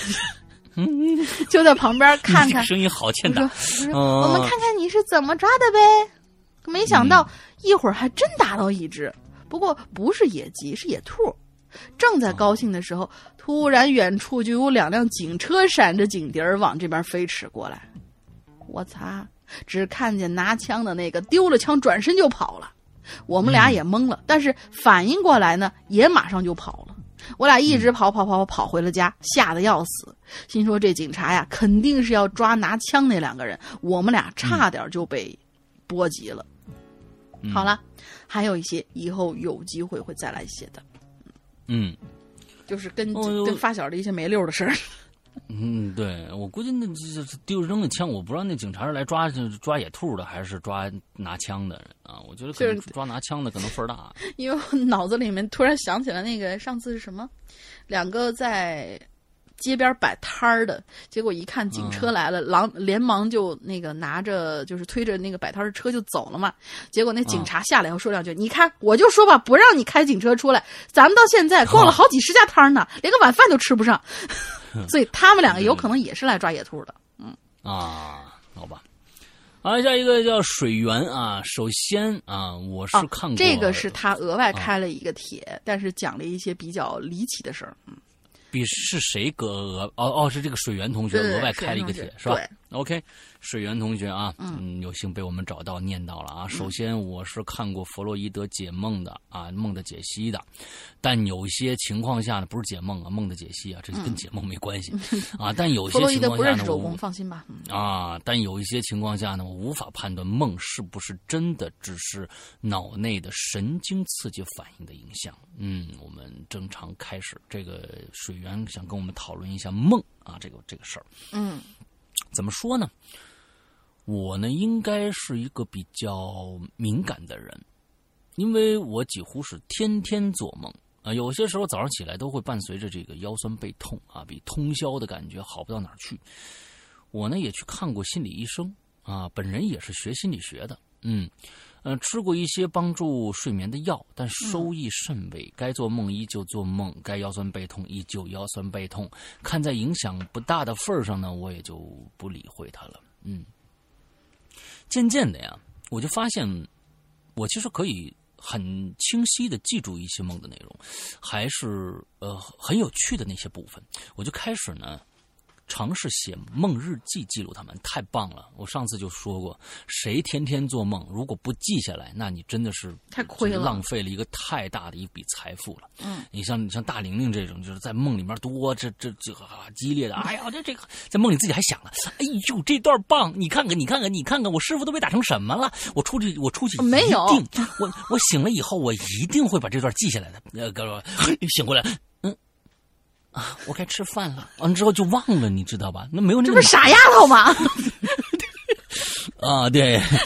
就在旁边看看， 声音好欠打。 我说，我说、哦、我们看看你是怎么抓的呗。没想到、嗯、一会儿还真打到一只，不过不是野鸡，是野兔。正在高兴的时候、哦、突然远处就有两辆警车闪着警笛儿往这边飞驰过来。我擦，只看见拿枪的那个丢了枪转身就跑了，我们俩也懵了、嗯、但是反应过来呢也马上就跑了。我俩一直跑跑跑跑回了家，吓得要死，心说这警察呀肯定是要抓拿枪那两个人，我们俩差点就被波及了、嗯、好了，还有一些以后有机会会再来写的。 嗯， 就是跟、哦、跟发小的一些没溜的事儿。 嗯，对，我估计那这丢扔的枪，我不知道那警察是来抓抓野兔的，还是抓拿枪的人啊？我觉得可能抓拿枪的可能份儿大。 因为我脑子里面突然想起来那个上次是什么，两个在街边摆摊儿的，结果一看警车来了，狼、嗯、连忙就那个拿着就是推着那个摆摊的车就走了嘛。结果那警察下来后说两句、嗯、你看我就说吧，不让你开警车出来，咱们到现在逛了好几十家摊呢、哦、连个晚饭都吃不上。所以他们两个有可能也是来抓野兔的。嗯啊，好吧。好，下一个叫水源啊。首先啊，我是看过、哦、 这个是他额外开了一个帖、啊，但是讲了一些比较离奇的事儿。嗯， 比是谁格额？哦哦，是这个水源同学额外开了一个帖，是吧？对 ，OK， 水源同学啊，嗯，嗯有幸被我们找到念到了啊。首先，我是看过弗洛伊德解梦的啊，梦的解析的，但有些情况下呢，不是解梦啊，梦的解析啊，这跟解梦没关系、嗯、啊。但有些情况下呢，弗洛伊德不认识周公， 放心吧。嗯、 啊，但有一些情况下呢，我无法判断梦是不是真的，只是脑内的神经刺激反应的影响。嗯，我们正常开始，这个水源想跟我们讨论一下梦啊，这个这个事儿。 嗯， 怎么说呢？我呢，应该是一个比较敏感的人，因为我几乎是天天做梦啊，有些时候早上起来都会伴随着这个腰酸背痛啊，比通宵的感觉好不到哪儿去。我呢也去看过心理医生啊，本人也是学心理学的，嗯，呃，吃过一些帮助睡眠的药，但收益甚微。嗯、该做梦依旧做梦，该腰酸背痛依旧腰酸背痛。看在影响不大的份上呢，我也就不理会它了。嗯。渐渐的呀，我就发现，我其实可以很清晰的记住一些梦的内容，还是呃很有趣的那些部分。我就开始呢尝试写梦日记，记录他们，太棒了！我上次就说过，谁天天做梦，如果不记下来，那你真的是太亏了， 浪费了一个太大的一笔财富了。 嗯， 你像你像大玲玲这种，就是在梦里面多这这这个、啊、激烈的，哎呀，这这个在梦里自己还想了，哎呦，这段棒！你看看，你看看，你看看，我师傅都被打成什么了？我出去，我出去， 没有， 我我醒了以后，我一定会把这段记下来的。呃，哥哥醒过来。啊，我该吃饭了。完、啊、之后就忘了，你知道吧？那没有那个。 这不是傻丫头吗？ 啊，对，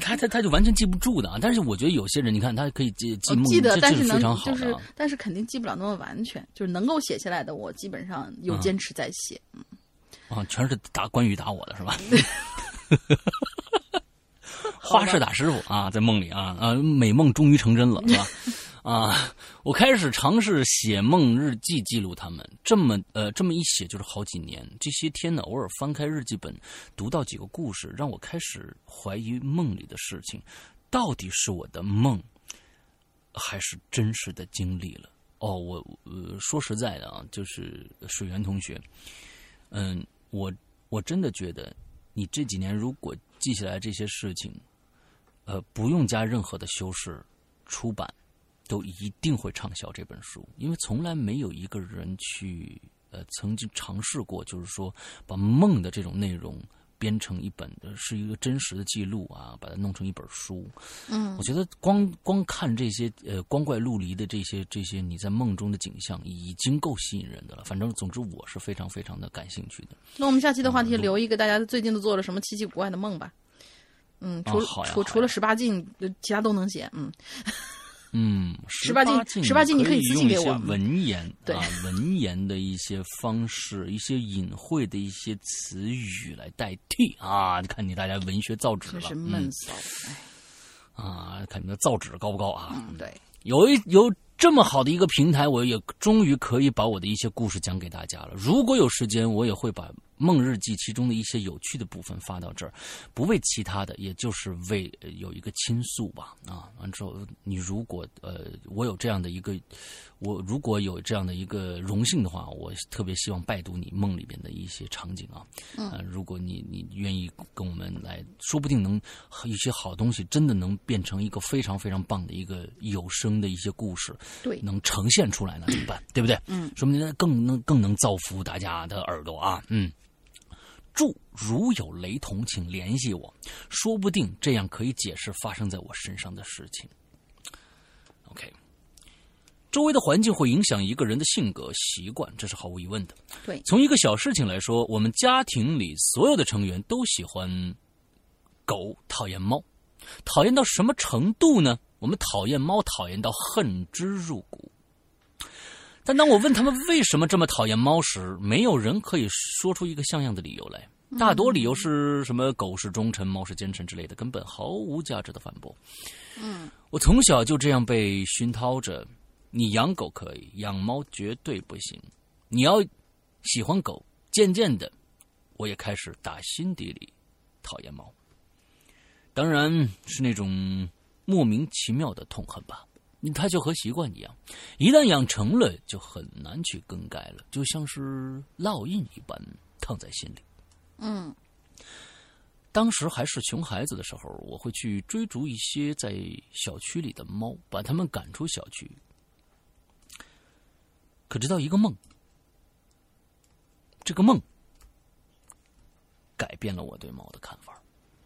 他他他就完全记不住的啊。但是我觉得有些人，你看他可以记记梦， 记得，但是能非常好的、啊， 就是，但是肯定记不了那么完全。就是能够写下来的，我基本上有坚持在写。嗯， 啊，全是打关羽打我的是吧？花式打师傅啊，在梦里啊啊，美梦终于成真了，是吧？啊，我开始尝试写梦日记，记录他们。这么呃，这么一写就是好几年。这些天呢，偶尔翻开日记本，读到几个故事，让我开始怀疑梦里的事情，到底是我的梦，还是真实的经历了？哦，我呃，说实在的啊，就是水源同学，嗯，我我真的觉得，你这几年如果记下来这些事情，呃，不用加任何的修饰，出版。都一定会畅销这本书，因为从来没有一个人去呃曾经尝试过，就是说把梦的这种内容编成一本的是一个真实的记录啊，把它弄成一本书。嗯，我觉得光光看这些呃光怪陆离的这些这些你在梦中的景象，已经够吸引人的了。反正总之我是非常非常的感兴趣的。 那我们下期的话题留一个大家最近都做了什么奇奇古怪的梦吧。嗯，除、 哦、 除除了十八禁，其他都能写。嗯。 嗯， 十八禁，十八禁，你可以私信给我。 文言对啊，文言的一些方式，一些隐晦的一些词语来代替啊。你看你大家文学造诣了， 这是闷骚、 嗯、啊！看你的造诣高不高啊？ 嗯，对， 有一有这么好的一个平台，我也终于可以把我的一些故事讲给大家了。如果有时间，我也会把梦日记其中的一些有趣的部分发到这儿，不为其他的，也就是为有一个倾诉吧。啊，完之后，你如果呃，我有这样的一个，我如果有这样的一个荣幸的话，我特别希望拜读你梦里边的一些场景啊。嗯、呃，如果你你愿意跟我们来，说不定能一些好东西真的能变成一个非常非常棒的一个有声的一些故事， 对， 能呈现出来呢，怎么办？对不对？嗯，说明更能更能造福大家的耳朵啊。嗯。注如有雷同，请联系我，说不定这样可以解释发生在我身上的事情。OK， 周围的环境会影响一个人的性格习惯，这是毫无疑问的。 对， 从一个小事情来说，我们家庭里所有的成员都喜欢狗，讨厌猫，讨厌到什么程度呢？我们讨厌猫，讨厌到恨之入骨。但当我问他们为什么这么讨厌猫时，没有人可以说出一个像样的理由来。大多理由是什么狗是忠臣，猫是奸臣之类的，根本毫无价值的反驳。嗯，我从小就这样被熏陶着：你养狗可以，养猫绝对不行。你要喜欢狗，渐渐的，我也开始打心底里讨厌猫。当然是那种莫名其妙的痛恨吧。它就和习惯一样，一旦养成了，就很难去更改了，就像是烙印一般，烫在心里。嗯，当时还是熊孩子的时候，我会去追逐一些在小区里的猫，把它们赶出小区。可直到一个梦，这个梦改变了我对猫的看法。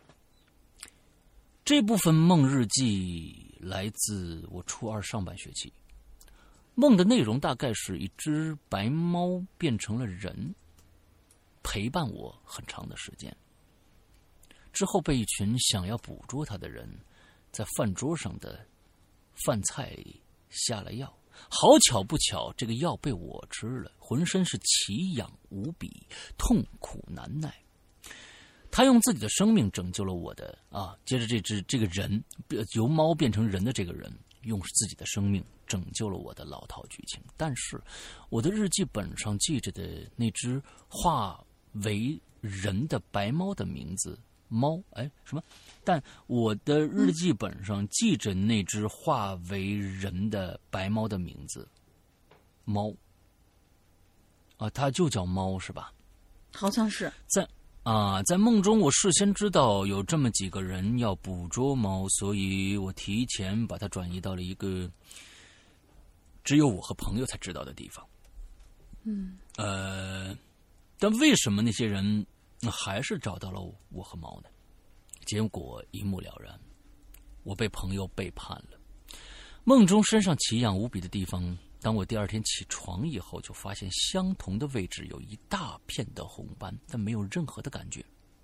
这部分梦日记来自我初二上半学期，梦的内容大概是一只白猫变成了人，陪伴我很长的时间。之后被一群想要捕捉它的人，在饭桌上的饭菜里下了药。好巧不巧，这个药被我吃了，浑身是奇痒无比，痛苦难耐。他用自己的生命拯救了我的啊！接着这只这个人由猫变成人的这个人，用自己的生命拯救了我的老套剧情。但是，我的日记本上记着的那只化为人的白猫的名字，猫哎什么？但我的日记本上记着那只化为人的白猫的名字，猫啊，它就叫猫是吧？ 好像是在。啊，在梦中我事先知道有这么几个人要捕捉猫，所以我提前把它转移到了一个只有我和朋友才知道的地方。嗯，呃，但为什么那些人还是找到了我和猫呢？结果一目了然，我被朋友背叛了。梦中身上奇痒无比的地方，当我第二天起床以后，就发现相同的位置有一大片的红斑，但没有任何的感觉。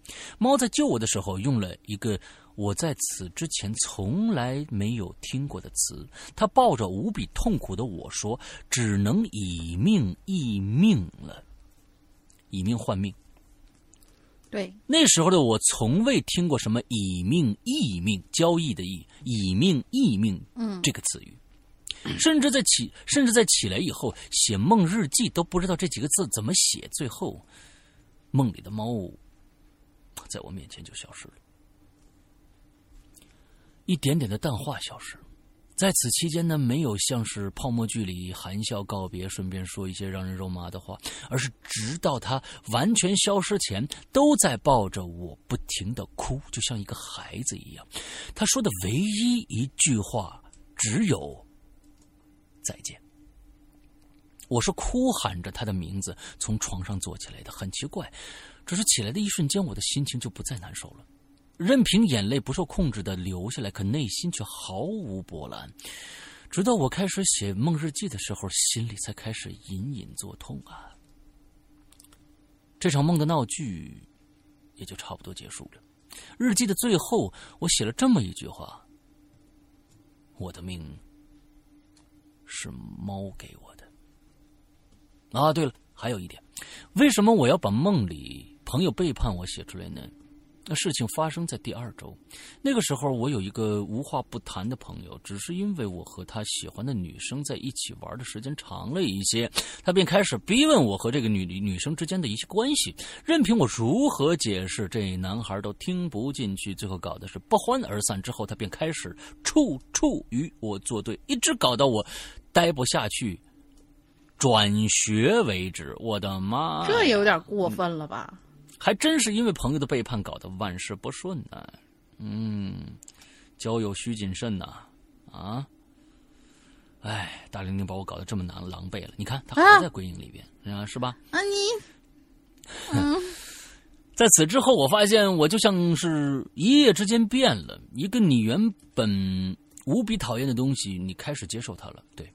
猫在救我的时候用了一个我在此之前从来没有听过的词，它抱着无比痛苦的我说，只能以命易命了，以命换命。 对， 那时候的我从未听过什么以命易命，交易的易，以命易命这个词语。嗯，甚至在起，甚至在起来以后写梦日记都不知道这几个字怎么写。最后，梦里的猫在我面前就消失了，一点点的淡化消失。在此期间呢，没有像是泡沫剧里含笑告别，顺便说一些让人肉麻的话，而是直到他完全消失前，都在抱着我不停地哭，就像一个孩子一样。他说的唯一一句话只有再见。我是哭喊着他的名字从床上坐起来的，很奇怪，只是起来的一瞬间，我的心情就不再难受了。任凭眼泪不受控制地流下来，可内心却毫无波澜。直到我开始写梦日记的时候，心里才开始隐隐作痛啊。这场梦的闹剧也就差不多结束了。日记的最后，我写了这么一句话：我的命是猫给我的。啊，对了，还有一点，为什么我要把梦里朋友背叛我写出来呢？那事情发生在第二周，那个时候我有一个无话不谈的朋友，只是因为我和他喜欢的女生在一起玩的时间长了一些，他便开始逼问我和这个女女生之间的一些关系。任凭我如何解释，这男孩都听不进去，最后搞的是不欢而散。之后他便开始处处与我作对，一直搞到我待不下去转学为止。我的妈， 这有点过分了吧？嗯， 还真是因为朋友的背叛搞得万事不顺呢、啊。嗯，交友需谨慎呐、啊。啊，哎，大玲玲把我搞得这么难狼狈了。你看，他还在鬼影里边，啊，是吧？ 啊，你，嗯， 在此之后，我发现我就像是一夜之间变了。一个你原本无比讨厌的东西，你开始接受它了。对，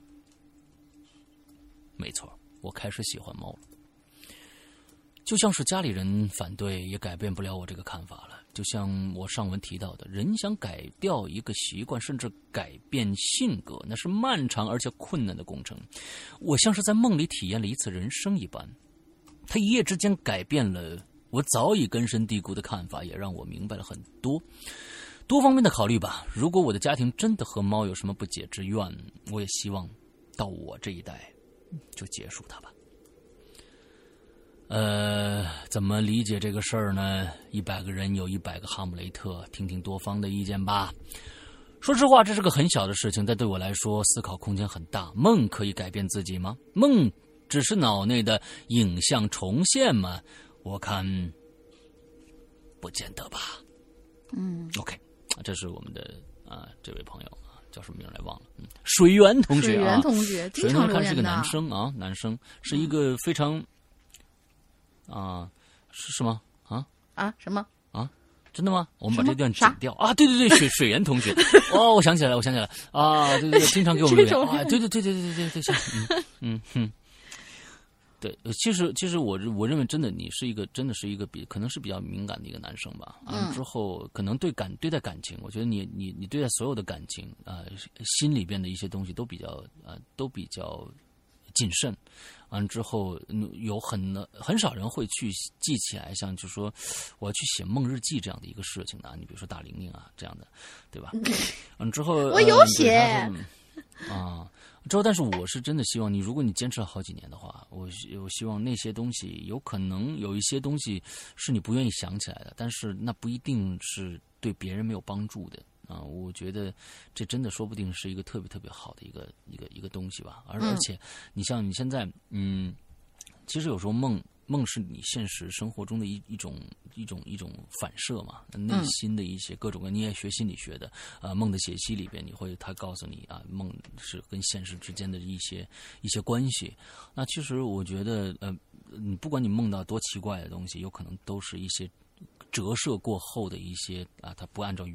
没错，我开始喜欢猫了。就像是家里人反对，也改变不了我这个看法了。就像我上文提到的，人想改掉一个习惯，甚至改变性格，那是漫长而且困难的工程。我像是在梦里体验了一次人生一般，它一夜之间改变了我早已根深蒂固的看法，也让我明白了很多多方面的考虑吧。如果我的家庭真的和猫有什么不解之怨，我也希望到我这一代就结束它吧。呃，怎么理解这个事儿呢？一百个人有一百个哈姆雷特，听听多方的意见吧。说实话，这是个很小的事情，但对我来说，思考空间很大。梦可以改变自己吗？梦只是脑内的影像重现吗？我看不见得吧。 嗯 ，OK， 这是我们的啊、呃、这位朋友啊，叫什么名来忘了？嗯，水源同学啊， 水源同学， 水源同学看是个经常留言的男生啊，男生是一个非常。啊，是是吗？啊啊什么啊？真的吗？我们把这段啥剪掉啊！对对对，水水源同学，哦，我想起来了，我想起来了啊！对对对，经常给我们留言啊！对对对对对对对对，嗯嗯哼，对，其实其实我我认为真的你是一个真的是一个比可能是比较敏感的一个男生吧。啊，之后可能对感对待感情，我觉得你你你对待所有的感情啊、呃，心里边的一些东西都比较啊、呃、都比较谨慎。完之后，有很很少人会去记起来，像就说我要去写梦日记这样的一个事情的。你比如说大玲玲啊这样的，对吧？嗯，之后我有写、 呃、啊，之后但是我是真的希望你，如果你坚持了好几年的话，我我希望那些东西有可能有一些东西是你不愿意想起来的，但是那不一定是对别人没有帮助的。啊，我觉得这真的说不定是一个特别特别好的一个一个一个东西吧。而而且，你像你现在，嗯，其实有时候梦梦是你现实生活中的一一种一种一种反射嘛，内心的一些各种各，你也学心理学的啊、呃，梦的解析里边，你会他告诉你啊，梦是跟现实之间的一些一些关系。那其实我觉得，呃，你不管你梦到多奇怪的东西，有可能都是一些折射过后的一些啊，它不按照原。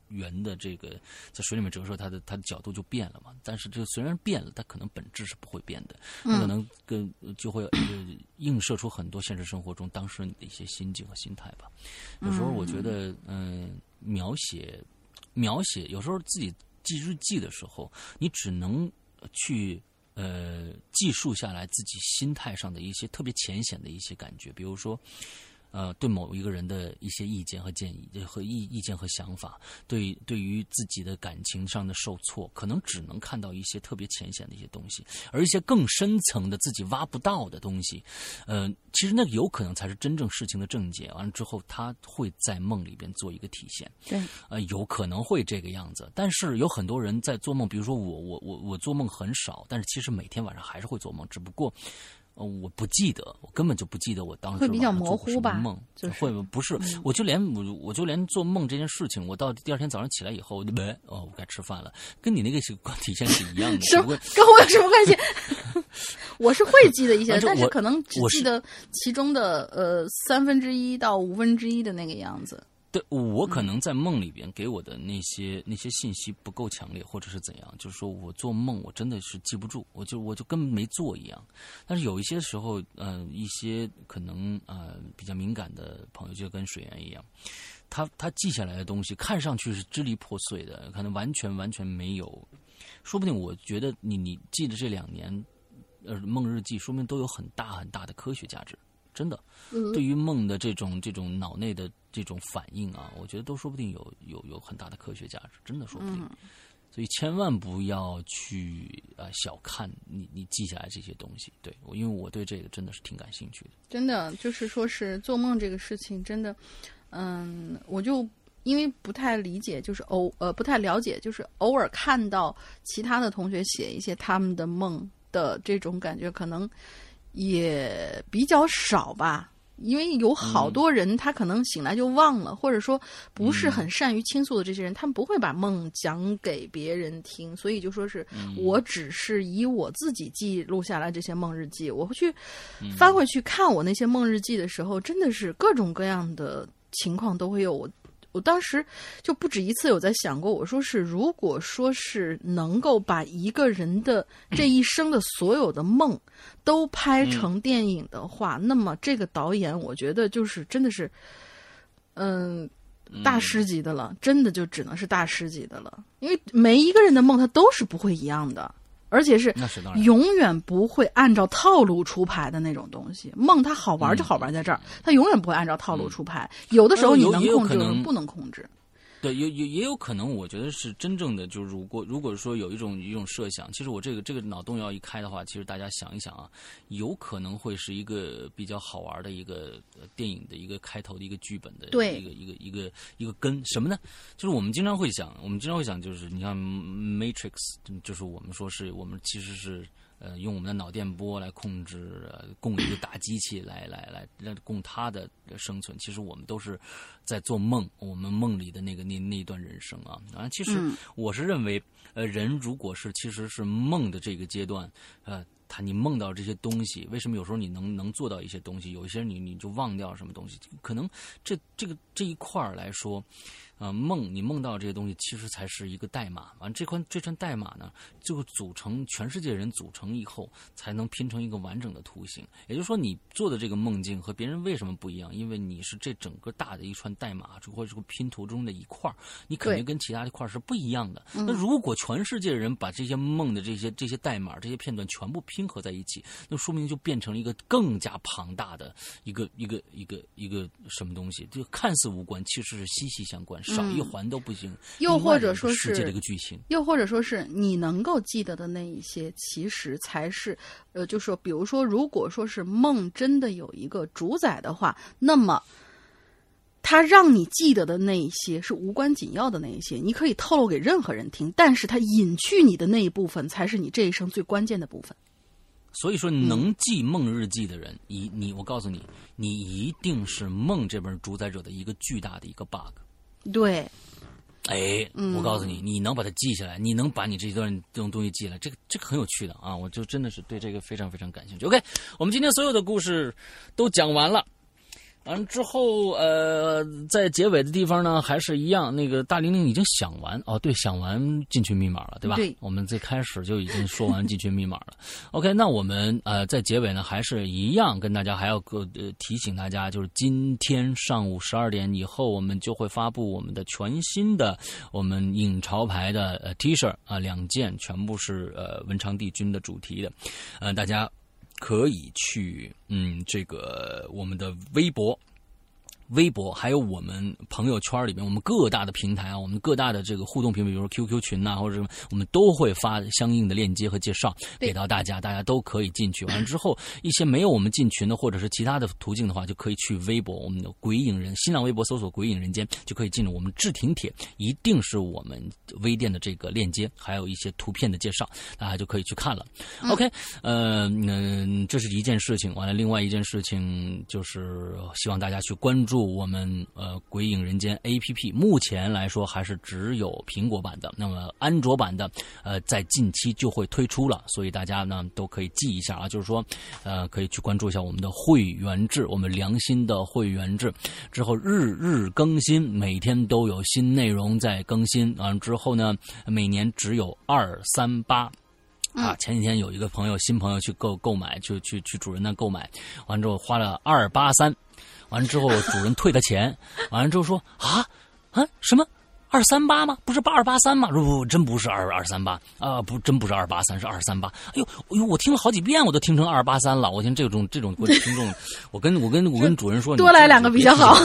圆的这个在水里面折射，它的它的角度就变了嘛。但是这个虽然变了，它可能本质是不会变的，它可能跟就会呃映射出很多现实生活中当事人的一些心境和心态吧。有时候我觉得，嗯、呃，描写描写，有时候自己记日记的时候，你只能去。呃，记述下来自己心态上的一些特别浅显的一些感觉，比如说，呃，对某一个人的一些意见和建议和意意见和想法，对对于自己的感情上的受挫，可能只能看到一些特别浅显的一些东西，而一些更深层的自己挖不到的东西，呃，其实那个有可能才是真正事情的症结。完了之后，他会在梦里边做一个体现， 对， 呃，有可能会这个样子。但是有很多人在做梦，比如说我我我我做梦很少，但是其实每天晚上还是会做梦，只不过。呃，我不记得，我根本就不记得我当时会比较模糊吧？ 梦就是会不是， 嗯、 我就连我我就连做梦这件事情，我到第二天早上起来以后，没哦，我该吃饭了，跟你那个是体现是一样的。 什么跟我有什么关系？我是会记得一些，但是可能只记得其中的呃三分之一到五分之一的那个样子。 对，我可能在梦里边给我的那些、嗯、那些信息不够强烈，或者是怎样，就是说我做梦我真的是记不住，我就我就根本没做一样。但是有一些时候，呃，一些可能呃比较敏感的朋友，就跟水源一样，他他记下来的东西看上去是支离破碎的，可能完全完全没有，说不定我觉得你你记得这两年，呃，梦日记，说明都有很大很大的科学价值。真的，对于梦的这种这种脑内的这种反应啊，我觉得都说不定有有有很大的科学价值，真的说不定。嗯、所以千万不要去啊、呃、小看你你记下来这些东西。对，我因为我对这个真的是挺感兴趣的。 真的就是说是做梦这个事情，真的，嗯，我就因为不太理解，就是偶呃不太了解，就是偶尔看到其他的同学写一些他们的梦的这种感觉，可能。也比较少吧，因为有好多人他可能醒来就忘了，嗯、或者说不是很善于倾诉的这些人，嗯、他们不会把梦讲给别人听，所以就说是、嗯、我只是以我自己记录下来这些梦日记，我会去翻回去看我那些梦日记的时候，真的是各种各样的情况都会有。我我当时就不止一次有在想过，我说是如果说是能够把一个人的这一生的所有的梦都拍成电影的话，嗯、那么这个导演我觉得就是真的是嗯大师级的了，真的就只能是大师级的了，因为每一个人的梦他都是不会一样的，而且是永远不会按照套路出牌的那种东西。梦它好玩就好玩在这儿，嗯、它永远不会按照套路出牌。嗯、有的时候你能控制，有的不能控制。 对，有有也有可能，我觉得是真正的，就是如果如果说有一种一种设想，其实我这个这个脑洞要一开的话，其实大家想一想啊，有可能会是一个比较好玩的一个电影的一个开头的一个剧本的一个一个一个一个根什么呢？就是我们经常会想，我们经常会想，就是你看 Matrix， 就是我们说是我们其实是。呃，用我们的脑电波来控制，呃、供一个大机器来来来来供它的生存。其实我们都是在做梦，我们梦里的那个那那一段人生啊啊。其实我是认为，呃，人如果是其实是梦的这个阶段，呃，他你梦到这些东西，为什么有时候你能能做到一些东西，有一些你你就忘掉什么东西？可能这这个这一块儿来说。呃，梦你梦到这些东西，其实才是一个代码。完，这串这串代码呢，就组成全世界人组成以后，才能拼成一个完整的图形。也就是说，你做的这个梦境和别人为什么不一样？因为你是这整个大的一串代码，或者这个拼图中的一块，你肯定跟其他的块是不一样的。那如果全世界人把这些梦的这些这些代码、这些片段全部拼合在一起，那说明就变成了一个更加庞大的一个一个一个一个什么东西？就看似无关，其实是息息相关。少一环都不行，嗯、 又或者说是世界的一个剧情， 又或者说是你能够记得的那一些，其实才是，呃，就说，比如说，如果说是梦真的有一个主宰的话，那么它让你记得的那一些是无关紧要的那一些，你可以透露给任何人听，但是它隐去你的那一部分，才是你这一生最关键的部分。 所以说，能记梦日记的人，你、嗯、你，我告诉你，你一定是梦这本主宰者的一个巨大的一个 bug。 对， 哎，我告诉你，你能把它记下来，你能把你这段这种东西记下来，这个这个很有趣的啊！我就真的是对这个非常非常感兴趣。OK， 我们今天所有的故事都讲完了。 完之后，呃，在结尾的地方呢，还是一样，那个大玲玲已经想完哦，对，想完进群密码了，对吧？ 对， 我们最开始就已经说完进群密码了。OK， 那我们呃在结尾呢，还是一样跟大家还要呃提醒大家，就是今天上午十二点以后，我们就会发布我们的全新的我们影潮牌的呃 T 恤啊，两件全部是呃文昌帝君的主题的，呃，大家可以去嗯这个我们的微博。微博还有我们朋友圈里面，我们各大的平台啊，我们各大的这个互动平台，比如说 Q Q 群呐、啊，或者什么，我们都会发相应的链接和介绍给到大家，大家都可以进去。完了之后，一些没有我们进群的或者是其他的途径的话，就可以去微博，我们的鬼影人新浪微博搜索鬼影人间，就可以进入我们置顶帖，一定是我们微店的这个链接，还有一些图片的介绍，大家就可以去看了。嗯、OK， 呃，嗯，这是一件事情。完了，另外一件事情就是希望大家去关注。我们呃鬼影人间 A P P 目前来说还是只有苹果版的，那么安卓版的呃在近期就会推出了，所以大家呢都可以记一下啊，就是说呃可以去关注一下我们的会员制，我们良心的会员制，之后日日更新，每天都有新内容在更新，完了之后呢每年只有二三八。啊，前几天有一个朋友新朋友去购购买，就去去主人那购买，完之后花了二八三。完了之后，主人退他钱，完了之后说啊啊什么二三八吗？不是八二八三吗？不不，真不是二二三八啊，不，真不是二八三，是二三八。哎呦，哎呦，我听了好几遍，我都听成二八三了。我听这种这种听众，我跟我跟我跟主人说， 多来两个比较好。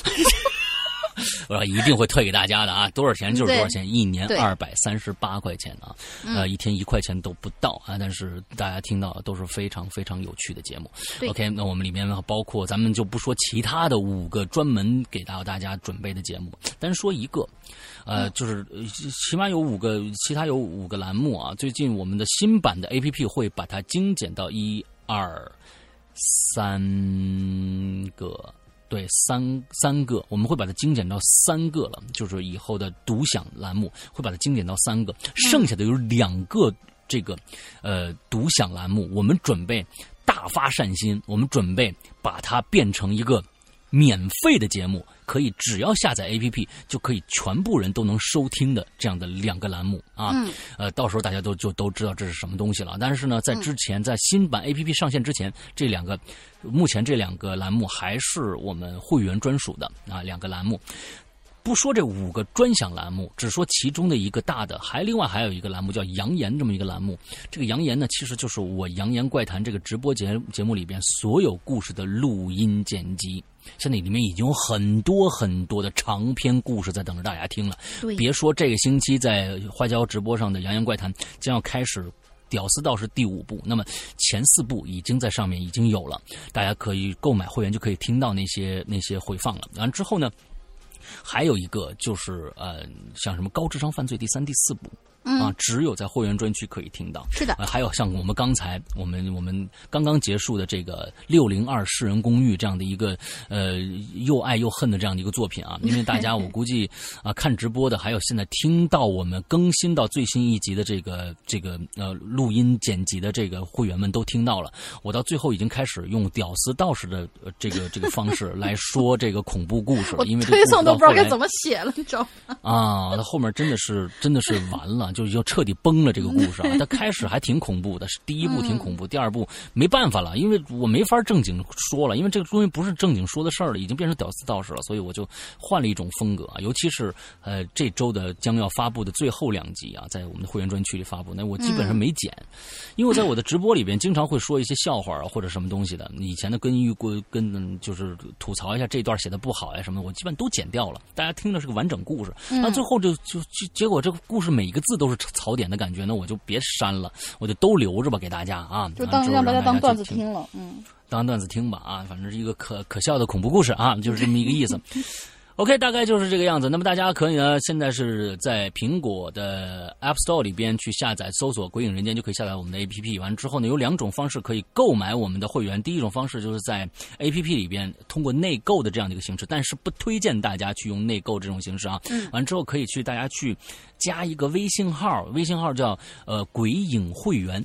我一定会退给大家的啊！多少钱就是多少钱，一年二百三十八块钱啊，呃，一天一块钱都不到啊！但是大家听到的都是非常非常有趣的节目。OK， 那我们里面包括咱们就不说其他的五个专门给到大家准备的节目，单说一个，呃，就是起码有五个，其他有五个栏目啊。最近我们的新版的 A P P 会把它精简到一二三个。对，三三个，我们会把它精简到三个了，就是以后的独享栏目会把它精简到三个，剩下的有两个这个呃独享栏目，我们准备大发善心，我们准备把它变成一个免费的节目，可以只要下载 A P P 就可以全部人都能收听的这样的两个栏目啊，嗯、呃，到时候大家都就都知道这是什么东西了。但是呢，在之前，在新版 A P P 上线之前，这两个目前这两个栏目还是我们会员专属的啊，两个栏目。不说这五个专享栏目，只说其中的一个大的，还另外还有一个栏目叫扬言这么一个栏目。这个扬言呢，其实就是我扬言怪谈这个直播节节目里边所有故事的录音剪辑。现在里面已经有很多很多的长篇故事在等着大家听了。别说这个星期在花椒直播上的扬言怪谈将要开始屌丝道是第五部，那么前四部已经在上面已经有了，大家可以购买会员就可以听到那些那些回放了。完之后呢，还有一个就是呃，像什么高智商犯罪第三、第四部。嗯、啊，只有在会员专区可以听到。 是的、 呃，还有像我们刚才我们我们刚刚结束的这个六零二世人公寓这样的一个呃又爱又恨的这样的一个作品啊，因为大家我估计啊、呃、看直播的，还有现在听到我们更新到最新一集的这个这个呃录音剪辑的这个会员们都听到了。我到最后已经开始用屌丝道士的、呃、这个这个方式来说这个恐怖故事了，因为这推送都不知道该怎么写了，你知道吗？ 啊，它后面真的是真的是完了。就就彻底崩了这个故事啊！它开始还挺恐怖的，第一部挺恐怖，第二部没办法了，因为我没法正经说了，因为这个东西不是正经说的事儿了，已经变成屌丝道士了，所以我就换了一种风格啊。尤其是呃这周的将要发布的最后两集啊，在我们的会员专区里发布，那我基本上没剪，因为我在我的直播里边经常会说一些笑话啊或者什么东西的，以前的跟预估跟就是吐槽一下这段写的不好呀什么的，我基本都剪掉了，大家听的是个完整故事，那最后就就结果这个故事每一个字都是槽点的感觉呢，我就别删了，我就都留着吧，给大家啊， 就当让大家当段子听了，嗯， 当段子听吧啊，反正是一个可可笑的恐怖故事啊，就是这么一个意思。OK， 大概就是这个样子。那么大家可以呢，现在是在苹果的 App Store 里边去下载，搜索“鬼影人间”就可以下载我们的 A P P。完之后呢，有两种方式可以购买我们的会员。第一种方式就是在 A P P 里边通过内购的这样的一个形式，但是不推荐大家去用内购这种形式啊。完之后可以去大家去加一个微信号，微信号叫呃“鬼影会员”。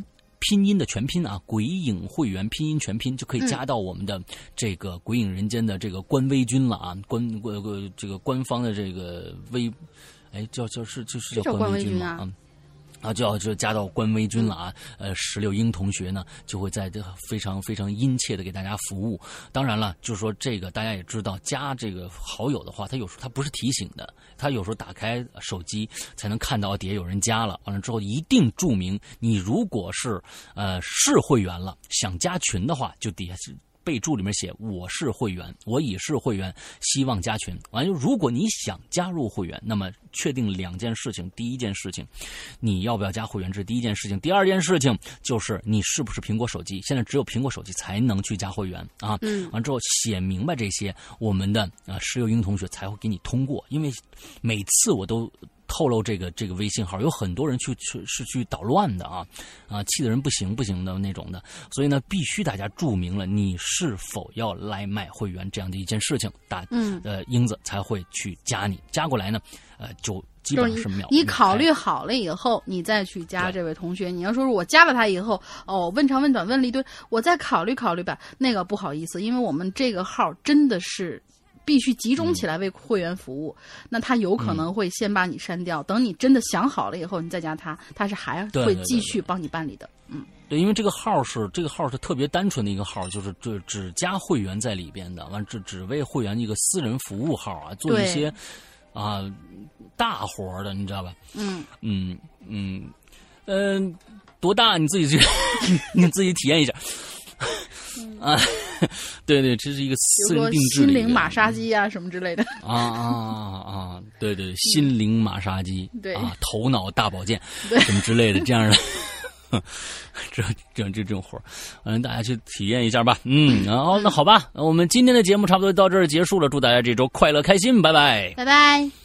拼音的全拼啊，鬼影会员拼音全拼就可以加到我们的这个鬼影人间的这个官微君了啊，官呃这个官方的这个微，哎叫叫是就是叫官微君嘛啊。啊，就要就加到官微君了啊！呃，石榴英同学呢，就会在这非常非常殷切的给大家服务。当然了，就是说这个大家也知道，加这个好友的话，他有时候他不是提醒的，他有时候打开手机才能看到底下有人加了。完了之后，一定注明你如果是呃是会员了，想加群的话，就底下是。备注里面写我是会员，我已是会员，希望加群。完了，如果你想加入会员，那么确定两件事情。第一件事情，你要不要加会员，这是第一件事情。第二件事情就是你是不是苹果手机。现在只有苹果手机才能去加会员啊。嗯，完之后写明白这些，我们的啊石榴英同学才会给你通过。因为每次我都透露这个这个微信号，有很多人去去是去捣乱的啊啊，气的人不行不行的那种的，所以呢，必须大家注明了你是否要来买会员这样的一件事情，大嗯呃英子才会去加你，加过来呢，呃就基本上是秒。 你考虑好了以后，你再去加这位同学。你要说是我加了他以后，哦，问长问短问了一堆，我再考虑考虑吧，那个不好意思，因为我们这个号真的是。必须集中起来为会员服务，嗯、那他有可能会先把你删掉，嗯、等你真的想好了以后，你再加他，他是还会继续帮你办理的。 对对对对嗯，对，因为这个号是这个号是特别单纯的一个号，就是只只加会员在里边的，完只只为会员一个私人服务号啊，做一些啊、呃、大活的，你知道吧？嗯嗯嗯嗯、呃，多大你自己去你自己体验一下。啊，对对，这是一个私人定制的， 心灵马杀鸡啊什么之类的。 啊啊啊！对对，心灵马杀鸡， 对啊，头脑大保健，什么之类的这样的，这这这这种活儿，嗯，大家去体验一下吧。嗯，然后那好吧，我们今天的节目差不多到这儿结束了，祝大家这周快乐开心，拜拜， 拜拜。